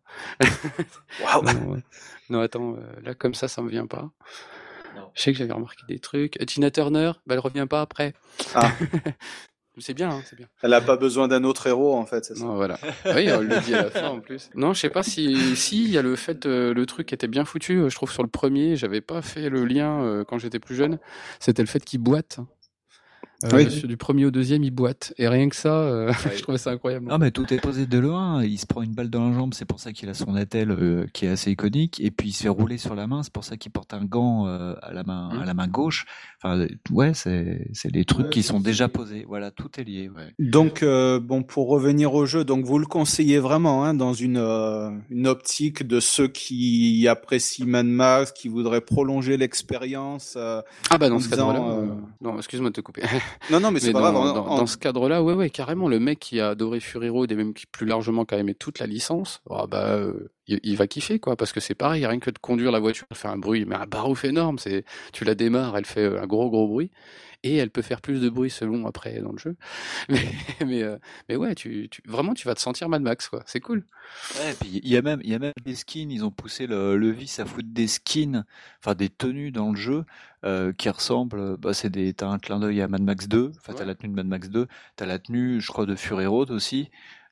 Waouh. Non, non, attends, euh, là comme ça, ça me vient pas. Non. Je sais que j'avais remarqué des trucs. Tina Turner, bah elle revient pas après. Ah. C'est bien, hein, c'est bien. Elle a pas besoin d'un autre héros, en fait, c'est ça. Non, voilà. Oui, on le dit à la fin, en plus. Non, je sais pas si, si, il y a le fait, euh, le truc était bien foutu, je trouve, sur le premier, j'avais pas fait le lien, euh, quand j'étais plus jeune. C'était le fait qu'il boite. Euh, oui. Du premier au deuxième, il boite. Et rien que ça, euh, ouais. je trouvais ça incroyable. Non, mais tout est posé de loin. Il se prend une balle dans la jambe, c'est pour ça qu'il a son attelle euh, qui est assez iconique. Et puis il se fait rouler sur la main, c'est pour ça qu'il porte un gant euh, à la main, mmh. à la main gauche. Enfin, ouais, c'est c'est des trucs ouais, qui sont déjà posés. Voilà, tout est lié. Ouais. Donc euh, bon, pour revenir au jeu, donc vous le conseillez vraiment, hein, dans une euh, une optique de ceux qui apprécient Mad Max, qui voudraient prolonger l'expérience. Euh, ah bah dans ce cadre-là. Euh... Non, excuse-moi de te couper. Non, non, mais c'est mais pas dans, grave. Dans, en... dans ce cadre-là, ouais, ouais, carrément, le mec qui a adoré Fury Road et même qui plus largement qui a aimé toute la licence, oh, bah, euh, il, il va kiffer, quoi, parce que c'est pareil, rien que de conduire la voiture, elle fait un bruit, mais un barouf énorme, c'est, tu la démarres, elle fait un gros gros bruit, et elle peut faire plus de bruit selon après dans le jeu. Mais, mais, euh, mais ouais, tu, tu, vraiment, tu vas te sentir Mad Max, quoi, c'est cool. Ouais, puis il y a même, il y a même des skins, ils ont poussé le, le vice à foutre des skins, enfin des tenues dans le jeu, euh, qui ressemblent, bah c'est des, t'as un clin d'œil à Mad Max deux, enfin ouais. T'as la tenue de Mad Max deux, t'as la tenue, je crois, de Fury Road aussi.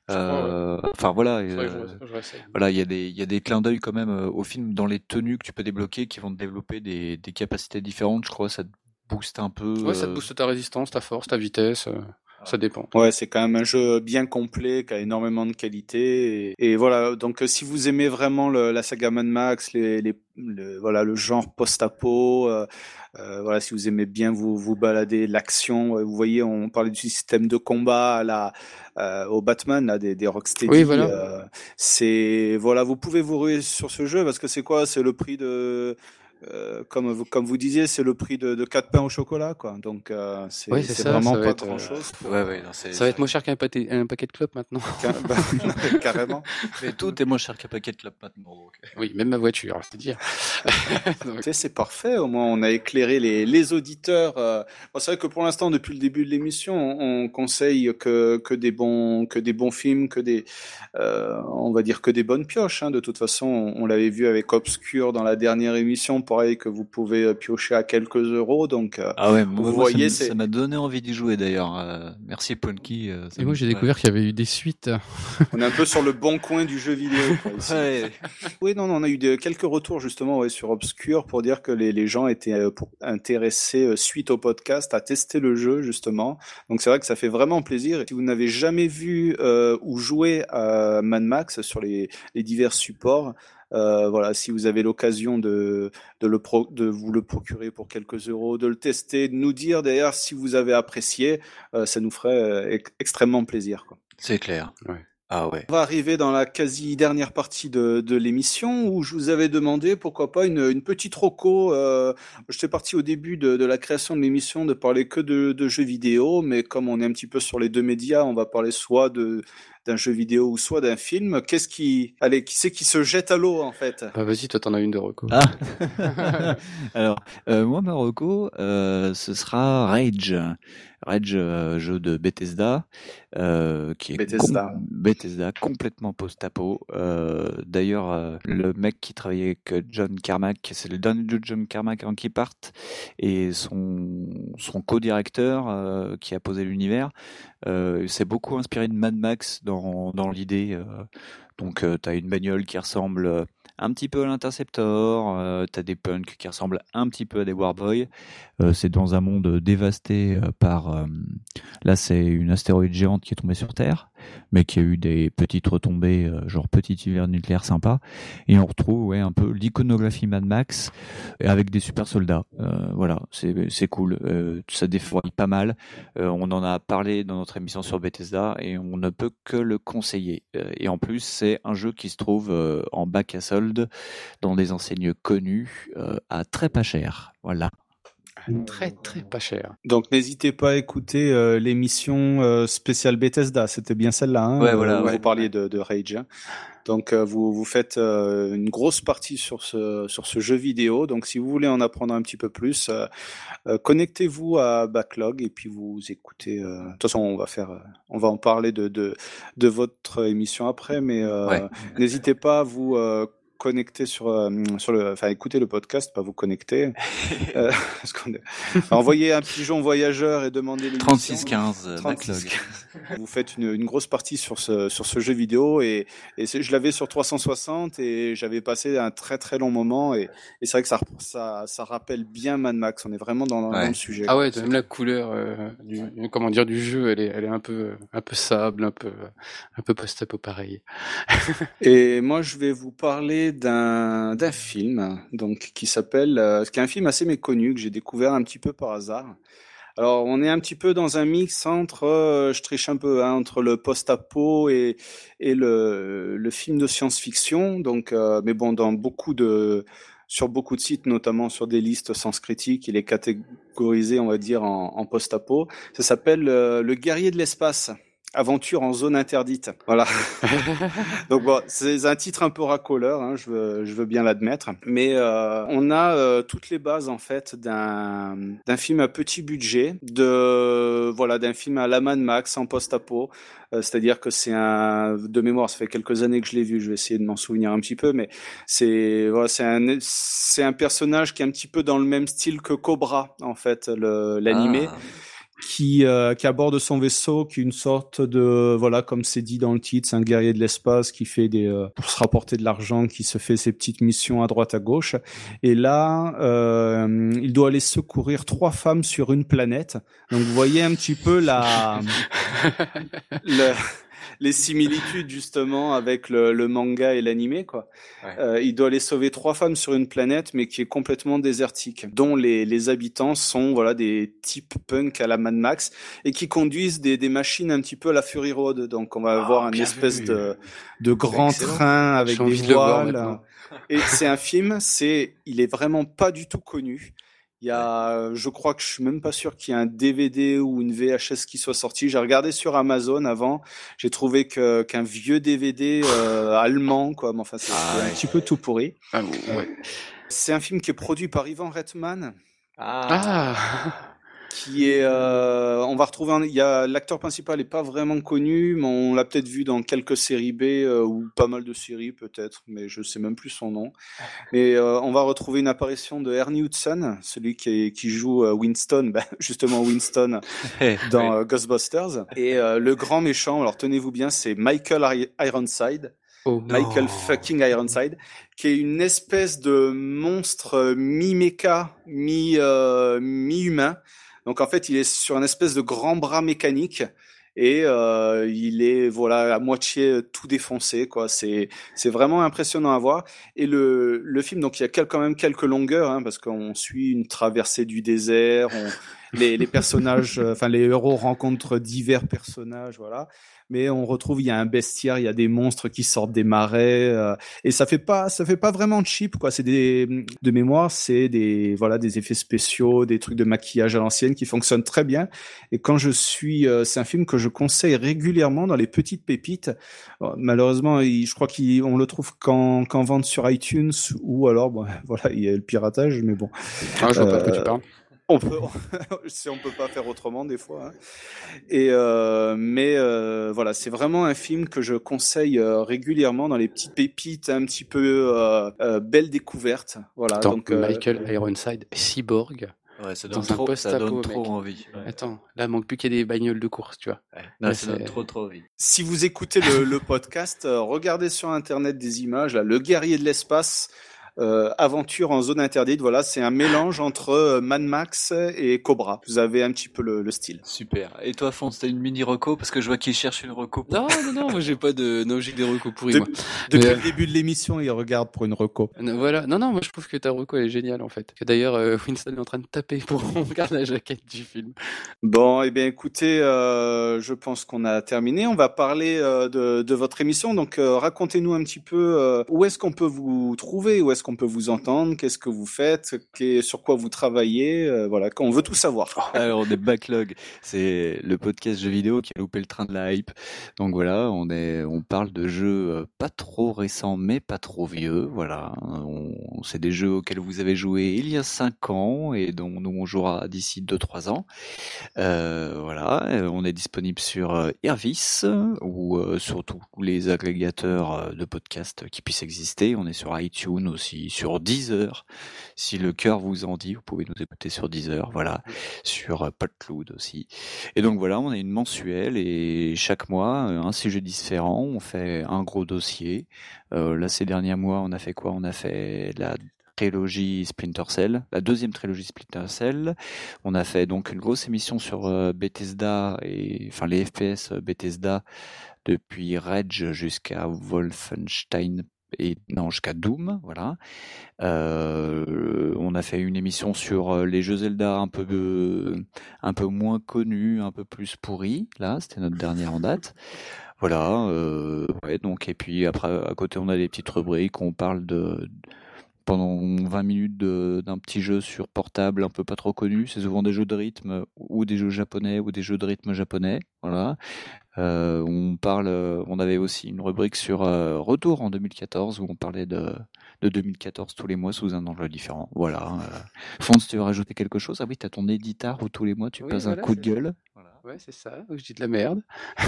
Euh, ouais. Enfin voilà, euh, je, je voilà, il y a des, il y a des clins d'œil quand même euh, au film dans les tenues que tu peux débloquer, qui vont te développer des, des capacités différentes. Je crois, ça te booste un peu. Ouais, euh... ça te booste ta résistance, ta force, ta vitesse. Euh... Ça dépend. Ouais, c'est quand même un jeu bien complet, qui a énormément de qualité. Et, et voilà, donc si vous aimez vraiment le, la saga Mad Max, les, les, le, voilà, le genre post-apo, euh, euh, voilà, si vous aimez bien vous vous balader, l'action, vous voyez, on parlait du système de combat à la euh, au Batman, là, des, des Rocksteady. Oui, voilà. Euh, c'est voilà, vous pouvez vous ruer sur ce jeu parce que c'est quoi? C'est le prix de Euh, comme vous comme vous disiez, c'est le prix de, de quatre pains au chocolat, quoi. Donc euh, c'est, oui, c'est, c'est ça, vraiment ça pas être, grand chose. Euh... Ouais, ouais, non, c'est, ça va être moins cher qu'un pâté, un paquet de clopes maintenant. bah, carrément. Mais tout est moins cher qu'un paquet de clopes maintenant. Donc. Oui, même ma voiture, c'est dire. Donc, c'est parfait. Au moins, on a éclairé les, les auditeurs. Euh, bon, c'est vrai que pour l'instant, depuis le début de l'émission, on, on conseille que que des bons que des bons films, que des euh, on va dire que des bonnes pioches. Hein. De toute façon, on, on l'avait vu avec Obscure dans la dernière émission. Pareil que vous pouvez piocher à quelques euros, donc euh, ah ouais, moi, vous moi, voyez, ça, c'est... ça m'a donné envie d'y jouer d'ailleurs. Euh, merci Punky. Euh, Et moi j'ai découvert qu'il y avait eu des suites. On est un peu sur le bon coin du jeu vidéo. Quoi, ici. Ouais. Oui, non, non, on a eu de, quelques retours justement ouais, sur Obscure pour dire que les, les gens étaient euh, pour, intéressés euh, suite au podcast à tester le jeu justement. Donc c'est vrai que ça fait vraiment plaisir. Et si vous n'avez jamais vu euh, ou joué à Mad Max sur les, les divers supports. Euh, voilà, si vous avez l'occasion de de le pro, de vous le procurer pour quelques euros, de le tester, de nous dire d'ailleurs si vous avez apprécié, euh, ça nous ferait euh, extrêmement plaisir, quoi. C'est clair. Ouais. Ah ouais. On va arriver dans la quasi dernière partie de, de l'émission où je vous avais demandé pourquoi pas une, une petite roco. Euh, J'étais parti au début de, de la création de l'émission de parler que de, de jeux vidéo, mais comme on est un petit peu sur les deux médias, on va parler soit de d'un jeu vidéo ou soit d'un film. Qu'est-ce qui, allez, qui c'est qui se jette à l'eau en fait? Bah vas-y, toi t'en as une de reco. Ah. Alors euh, moi ma reco, euh, ce sera Rage. Rage, euh, jeu de Bethesda, euh, qui est Bethesda, com- Bethesda complètement post-apo. Euh, d'ailleurs, euh, le mec qui travaillait avec John Carmack, c'est le dernier de John Carmack avant qu'il parte, et son son co-directeur euh, qui a posé l'univers, euh, s'est beaucoup inspiré de Mad Max dans dans l'idée. Euh, donc, euh, t'as une bagnole qui ressemble un petit peu à l'Interceptor, euh, t'as des punks qui ressemblent un petit peu à des Warboys. Euh, c'est dans un monde dévasté euh, par... Euh, là, c'est une astéroïde géante qui est tombée sur Terre, mais qui a eu des petites retombées, euh, genre petit hiver nucléaire sympa. Et on retrouve ouais, un peu l'iconographie Mad Max avec des super soldats. Euh, voilà, c'est, c'est cool. Euh, ça défouraille pas mal. Euh, on en a parlé dans notre émission sur Bethesda et on ne peut que le conseiller. Euh, et en plus, c'est un jeu qui se trouve euh, en bac à solde dans des enseignes connues euh, à très pas cher. Voilà. Très très pas cher. Donc n'hésitez pas à écouter euh, l'émission euh, spéciale Bethesda, c'était bien celle-là, hein, ouais, voilà, où ouais, vous parliez de, de Rage. Hein. Donc euh, vous vous faites euh, une grosse partie sur ce sur ce jeu vidéo. Donc si vous voulez en apprendre un petit peu plus, euh, euh, connectez-vous à Backlog et puis vous écoutez. Euh... De toute façon, on va faire, euh, on va en parler de de de votre émission après, mais euh, ouais. N'hésitez pas à vous euh, connecter sur euh, sur le, enfin écouter le podcast, pas vous connecter. euh, parce qu'on est... enfin, envoyez un pigeon voyageur et demandez l'émission. trente-six quinze Backlog. Vous faites une, une grosse partie sur ce sur ce jeu vidéo et et je l'avais sur trois cent soixante et j'avais passé un très très long moment et, et c'est vrai que ça ça ça rappelle bien Mad Max. On est vraiment dans, ouais. dans le sujet. Ah ouais, même la couleur euh, du comment dire du jeu, elle est elle est un peu un peu sable, un peu un peu post-apo pareil. Et moi je vais vous parler d'un d'un film donc qui s'appelle euh, qui est un film assez méconnu que j'ai découvert un petit peu par hasard. Alors on est un petit peu dans un mix entre euh, je triche un peu hein, entre le post-apo et et le le film de science-fiction donc euh, mais bon dans beaucoup de sur beaucoup de sites notamment sur des listes Sens Critique, il est catégorisé on va dire en, en post-apo. Ça s'appelle euh, Le Guerrier de l'espace Aventure en zone interdite. Voilà. Donc bon, c'est un titre un peu racoleur, hein, je veux, je veux bien l'admettre. Mais euh, on a euh, toutes les bases en fait d'un d'un film à petit budget, de voilà, d'un film à la Mad Max en post-apo. Euh, c'est-à-dire que c'est un de mémoire, ça fait quelques années que je l'ai vu, je vais essayer de m'en souvenir un petit peu, mais c'est voilà, c'est un c'est un personnage qui est un petit peu dans le même style que Cobra en fait, le l'animé. Ah. qui euh, qui aborde son vaisseau, qui est une sorte de voilà, comme c'est dit dans le titre, c'est un guerrier de l'espace qui fait des euh, pour se rapporter de l'argent, qui se fait ses petites missions à droite à gauche. Et là, euh, il doit aller secourir trois femmes sur une planète. Donc vous voyez un petit peu la le les similitudes justement avec le, le manga et l'animé, quoi. Ouais. Euh, il doit aller sauver trois femmes sur une planète, mais qui est complètement désertique, dont les, les habitants sont voilà des types punk à la Mad Max et qui conduisent des, des machines un petit peu à la Fury Road. Donc on va oh, avoir une espèce vu. de de grand train avec des voiles. Et c'est un film, c'est il est vraiment pas du tout connu. Il y a, je crois que je suis même pas sûr qu'il y ait un D V D ou une V H S qui soit sorti. J'ai regardé sur Amazon avant, j'ai trouvé que qu'un vieux D V D euh, allemand, quoi. Mais enfin, c'est ah, un ouais. petit peu tout pourri. Ah, ouais. C'est un film qui est produit par Ivan Reitman. Ah. Qui est, euh, on va retrouver, un, il y a l'acteur principal est pas vraiment connu, mais on l'a peut-être vu dans quelques séries B euh, ou pas mal de séries peut-être, mais je sais même plus son nom. Mais euh, on va retrouver une apparition de Ernie Hudson, celui qui, est, qui joue euh, Winston, bah, justement Winston dans euh, Ghostbusters. Et euh, le grand méchant, alors tenez-vous bien, c'est Michael Ironside. Oh, Michael non. fucking Ironside, qui est une espèce de monstre mi-méca, mi, euh, mi-humain. Donc en fait, il est sur une espèce de grand bras mécanique et euh, il est voilà à moitié tout défoncé, quoi. C'est c'est vraiment impressionnant à voir. Et le le film, donc il y a quel, quand même quelques longueurs, hein, parce qu'on suit une traversée du désert. On, les les personnages, enfin les héros rencontrent divers personnages, voilà. Mais on retrouve, il y a un bestiaire, il y a des monstres qui sortent des marais, euh, et ça fait pas, ça fait pas vraiment cheap, quoi. C'est des, de mémoire, c'est des, voilà, des effets spéciaux, des trucs de maquillage à l'ancienne qui fonctionnent très bien. Et quand je suis, euh, c'est un film que je conseille régulièrement dans les petites pépites. Alors, malheureusement, il, je crois qu'on le trouve qu'en, qu'en vente sur iTunes ou alors, bon, voilà, il y a le piratage, mais bon. Ah, je vois pas de quoi tu parles. On peut, si on peut pas faire autrement des fois. Hein. Et euh, mais euh, voilà, c'est vraiment un film que je conseille euh, régulièrement dans les petites pépites, un petit peu euh, euh, belle découverte. Voilà. Attends, donc Michael euh, Ironside, cyborg. Ouais, ça donne trop, ça donne trop envie. Ouais. Attends, là, il manque plus qu'il y ait des bagnoles de course, tu vois. Ouais. Non, là, ça c'est... donne trop, trop envie. Si vous écoutez le, le podcast, euh, regardez sur Internet des images. Là, le guerrier de l'espace. Euh, aventure en zone interdite, voilà, c'est un mélange entre euh, Mad Max et Cobra. Vous avez un petit peu le, le style. Super. Et toi, Fonz, t'as une mini reco parce que je vois qu'il cherche une reco. Non, non, non, moi j'ai pas de, non, j'ai des recos pourris. De... moi. Depuis Mais... le début de l'émission, il regarde pour une reco. Voilà, non, non, moi je trouve que ta reco elle est géniale en fait. Que d'ailleurs, euh, Winston est en train de taper pour qu'on regarde la jaquette du film. Bon, eh bien, écoutez, euh, je pense qu'on a terminé. On va parler euh, de, de votre émission. Donc, euh, racontez-nous un petit peu euh, où est-ce qu'on peut vous trouver, où est-ce qu'on peut vous entendre, qu'est-ce que vous faites, sur quoi vous travaillez, euh, voilà, on veut tout savoir. Alors on est Backlog, c'est le podcast jeux vidéo qui a loupé le train de la hype. Donc voilà, on est, on parle de jeux pas trop récents mais pas trop vieux. Voilà, on, c'est des jeux auxquels vous avez joué il y a cinq ans et dont nous on jouera d'ici deux trois ans. Euh, voilà, on est disponible sur Irvis ou euh, sur tous les agrégateurs de podcasts qui puissent exister. On est sur iTunes aussi, sur Deezer, si le cœur vous en dit, vous pouvez nous écouter sur Deezer, voilà, sur PodCloud aussi. Et donc voilà, on a une mensuelle et chaque mois un sujet différent. On fait un gros dossier. Euh, là, ces derniers mois, on a fait quoi ? On a fait la trilogie Splinter Cell, la deuxième trilogie Splinter Cell. On a fait donc une grosse émission sur euh, Bethesda et enfin les F P S Bethesda depuis Rage jusqu'à Wolfenstein. Et non, jusqu'à Doom, voilà. Euh, on a fait une émission sur les jeux Zelda un peu euh, un peu moins connus, un peu plus pourris. Là, c'était notre dernière en date. Voilà. Euh, ouais, donc et puis après à côté on a des petites rubriques. On parle de pendant vingt minutes de, d'un petit jeu sur portable un peu pas trop connu. C'est souvent des jeux de rythme ou des jeux japonais ou des jeux de rythme japonais. Voilà. Euh, on parle, on avait aussi une rubrique sur euh, Retour en deux mille quatorze où on parlait de, de deux mille quatorze tous les mois sous un angle différent. Voilà. Euh, Fonds, tu veux rajouter quelque chose? Ah oui, t'as ton éditeur où tous les mois tu Oui, passes voilà, un coup de c'est ça. gueule. Ouais, c'est ça. Donc, je dis de la merde.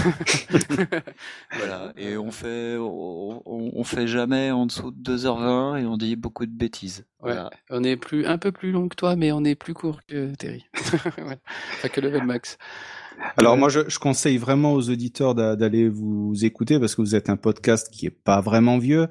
Voilà. Et on fait, on, on, on fait jamais en dessous de deux heures vingt et on dit beaucoup de bêtises. Ouais. Voilà. On est plus, un peu plus long que toi, mais on est plus court que Terry. Voilà. Enfin, que Level Max. Alors Ouais. moi, je, je conseille vraiment aux auditeurs d'a- d'aller vous écouter parce que vous êtes un podcast qui est pas vraiment vieux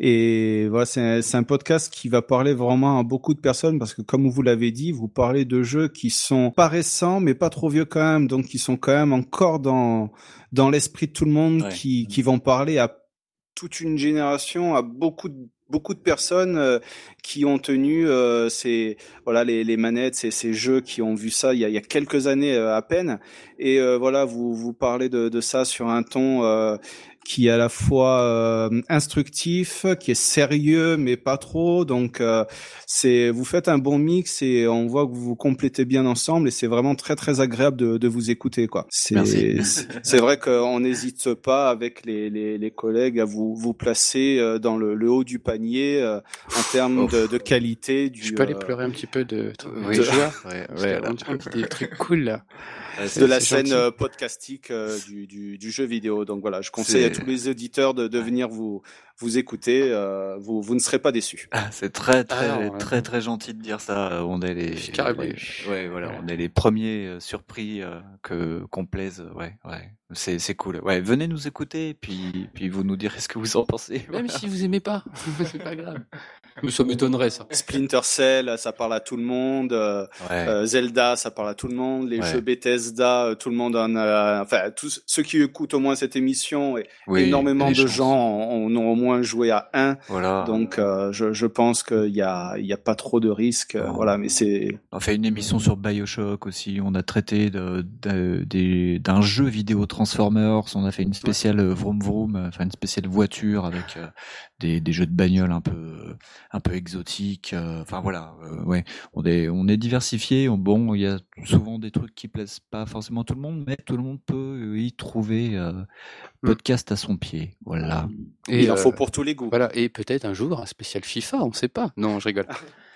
et voilà, c'est un, c'est un podcast qui va parler vraiment à beaucoup de personnes parce que comme vous l'avez dit, vous parlez de jeux qui sont pas récents mais pas trop vieux quand même, donc qui sont quand même encore dans dans l'esprit de tout le monde, Ouais. qui qui vont parler à toute une génération, à beaucoup de beaucoup de personnes euh, qui ont tenu euh, ces voilà les, les manettes, ces, ces jeux, qui ont vu ça il y a, il y a quelques années euh, à peine. Et euh, voilà, vous vous parlez de, de ça sur un ton euh, qui est à la fois euh, instructif, qui est sérieux mais pas trop. Donc euh, c'est vous faites un bon mix et on voit que vous vous complétez bien ensemble et c'est vraiment très très agréable de, de vous écouter quoi. C'est Merci. c'est, c'est vrai qu'on n'hésite pas avec les, les les collègues à vous vous placer euh, dans le, le haut du panier euh, en termes de, de qualité du. Je peux aller euh, pleurer un petit peu de, Oui. de joie. Ouais, Parce ouais, qu'on là. dit des trucs cool là. Ouais, de c'est- la c'est scène gentil. euh, podcastique euh, du, du, du jeu vidéo. Donc voilà, je conseille à C'est- tous les auditeurs de, de venir vous vous écouter. Euh, vous vous ne serez pas déçus. Ah, c'est très très Ah non, ouais. très très gentil de dire ça. On est les, Carrément. les- ouais voilà, on est les premiers euh, surpris euh, que qu'on plaise. Ouais ouais, c'est c'est cool. Ouais, venez nous écouter et puis puis vous nous direz ce que vous en pensez. Même si vous aimez pas, c'est pas grave. Mais ça m'étonnerait ça. Splinter Cell, ça parle à tout le monde. Euh, Ouais. euh, Zelda, ça parle à tout le monde. Les Ouais. jeux Bethesda, euh, tout le monde en a. Enfin, tous ceux qui écoutent au moins cette émission, et Oui, énormément les de chances. gens en, en ont au moins joué à un. Voilà. Donc, euh, je, je pense qu'il y a, il y a pas trop de risques. euh, Non. Voilà, mais c'est. On a fait une émission sur BioShock aussi. On a traité de, de- des- d'un jeu vidéo Transformers. On a fait une spéciale euh, Vroom Vroom, euh, enfin une spéciale voiture avec euh, des, des jeux de bagnole un peu, un peu exotiques. euh, Enfin voilà, euh, ouais. On est, on est diversifié. On- Bon, il y a souvent des trucs qui plaisent pas forcément à tout le monde, mais tout le monde peut y trouver euh, podcast à son pied. Voilà. Et il en euh, faut pour tous les goûts. voilà. Et peut-être un jour un spécial FIFA, on sait pas. Non, je rigole.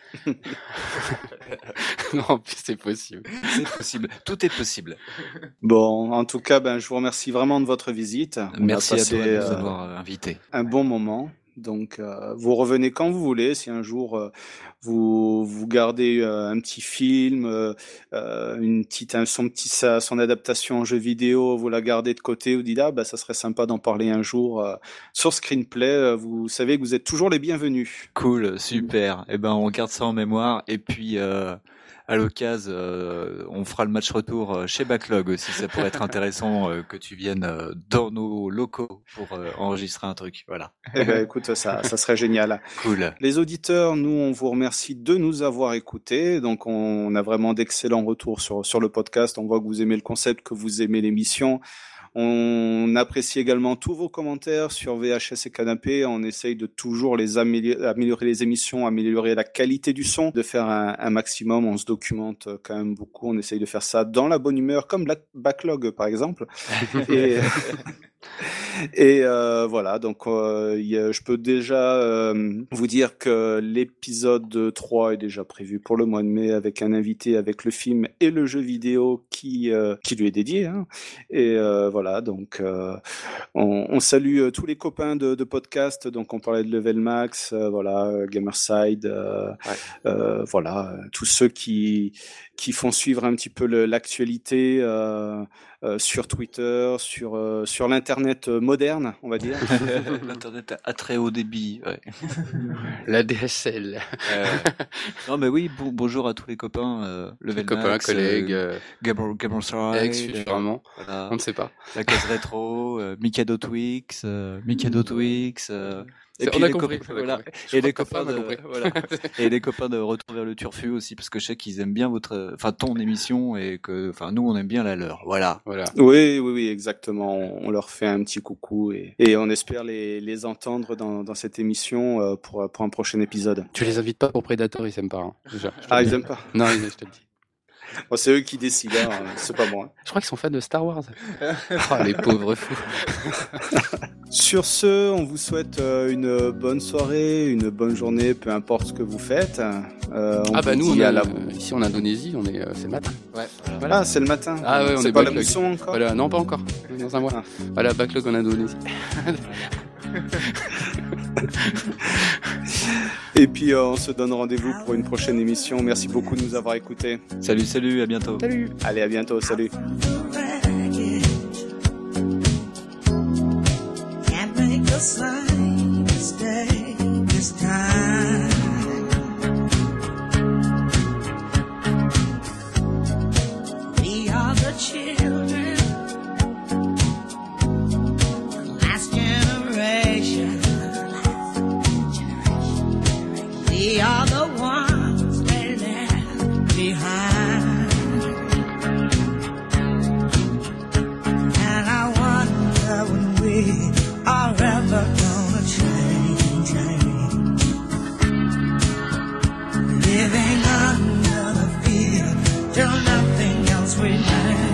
Non, c'est possible. C'est possible. Tout est possible. Bon, en tout cas, ben, je vous remercie vraiment de votre visite. On Merci a à passé toi de nous euh, avoir euh, invités. un bon moment. Donc, euh, vous revenez quand vous voulez. Si un jour euh, vous vous gardez euh, un petit film, euh, euh, une petite, un- son petit, sa, son adaptation en jeu vidéo, vous la gardez de côté, vous dites ah bah ça serait sympa d'en parler un jour euh, sur Screenplay. euh, Vous savez que vous êtes toujours les bienvenus. Cool, super. Eh ben, on garde ça en mémoire. Et puis, euh, à l'occasion, euh, on fera le match retour euh, chez Backlog aussi. Ça pourrait être intéressant euh, que tu viennes euh, dans nos locaux pour euh, enregistrer un truc. Voilà. Eh ben écoute, ça, ça serait génial. Cool. Les auditeurs, nous, on vous remercie de nous avoir écoutés. Donc, on a vraiment d'excellents retours sur, sur le podcast. On voit que vous aimez le concept, que vous aimez l'émission. On apprécie également tous vos commentaires sur V H S et Canapé. On essaye de toujours les améliorer, améliorer les émissions, améliorer la qualité du son, de faire un, un maximum. On se documente quand même beaucoup. On essaye de faire ça dans la bonne humeur, comme Black Backlog, par exemple. Et... Et euh, voilà, donc euh, y a, je peux déjà euh, vous dire que l'épisode trois est déjà prévu pour le mois de mai avec un invité, avec le film et le jeu vidéo qui euh, qui lui est dédié. Hein. Et euh, voilà, donc euh, on, on salue euh, tous les copains de, de podcast. Donc on parlait de Level Max, euh, voilà, euh, Gamerside, euh, Ouais. euh, voilà, euh, tous ceux qui qui font suivre un petit peu le, l'actualité euh, euh, sur Twitter, sur euh, sur l'internet euh, moderne, on va dire. L'internet à très haut débit. Ouais. La D S L. Euh, non, mais oui. Bon, bonjour à tous les copains. Euh, Level Copains, Max, collègues, euh, euh, Gamer, Gamerside, ex, futurement. Voilà. On ne sait pas. la case rétro, euh, Mikado Twix, euh, Mikado Twix. Euh, et puis on a les compris, copains, voilà. Et les copains de, voilà. Et les copains de Retour vers le Turfu aussi, parce que je sais qu'ils aiment bien votre, enfin ton émission et que, enfin nous on aime bien la leur. Voilà. Voilà. Oui, oui, oui, exactement. On leur fait un petit coucou et, et on espère les, les entendre dans, dans cette émission euh, pour, pour un prochain épisode. Tu les invites pas pour Predator, ils s'aiment pas. Hein, déjà. Ah, ils aiment pas. Non, je te le dis. Bon, c'est eux qui décident, hein, c'est pas moi. Je crois qu'ils sont fans de Star Wars. Oh, les pauvres fous. Sur ce, on vous souhaite euh, une bonne soirée, une bonne journée, peu importe ce que vous faites. Euh, on ah bah nous, on à a, la... ici en Indonésie, on est, euh, c'est le matin. Ouais. Voilà. Ah, c'est le matin. Ah ouais, on c'est est pas backlog. la mousson encore. Voilà, non pas encore. Dans un mois. Ah. Voilà, backlog en Indonésie. Et puis euh, on se donne rendez-vous pour une prochaine émission. Merci beaucoup de nous avoir écoutés. Salut, salut, à bientôt. Salut. Allez, à bientôt, salut. We are the ones they left behind. And I wonder when we are ever gonna change, change. Living under the fear till nothing else remains.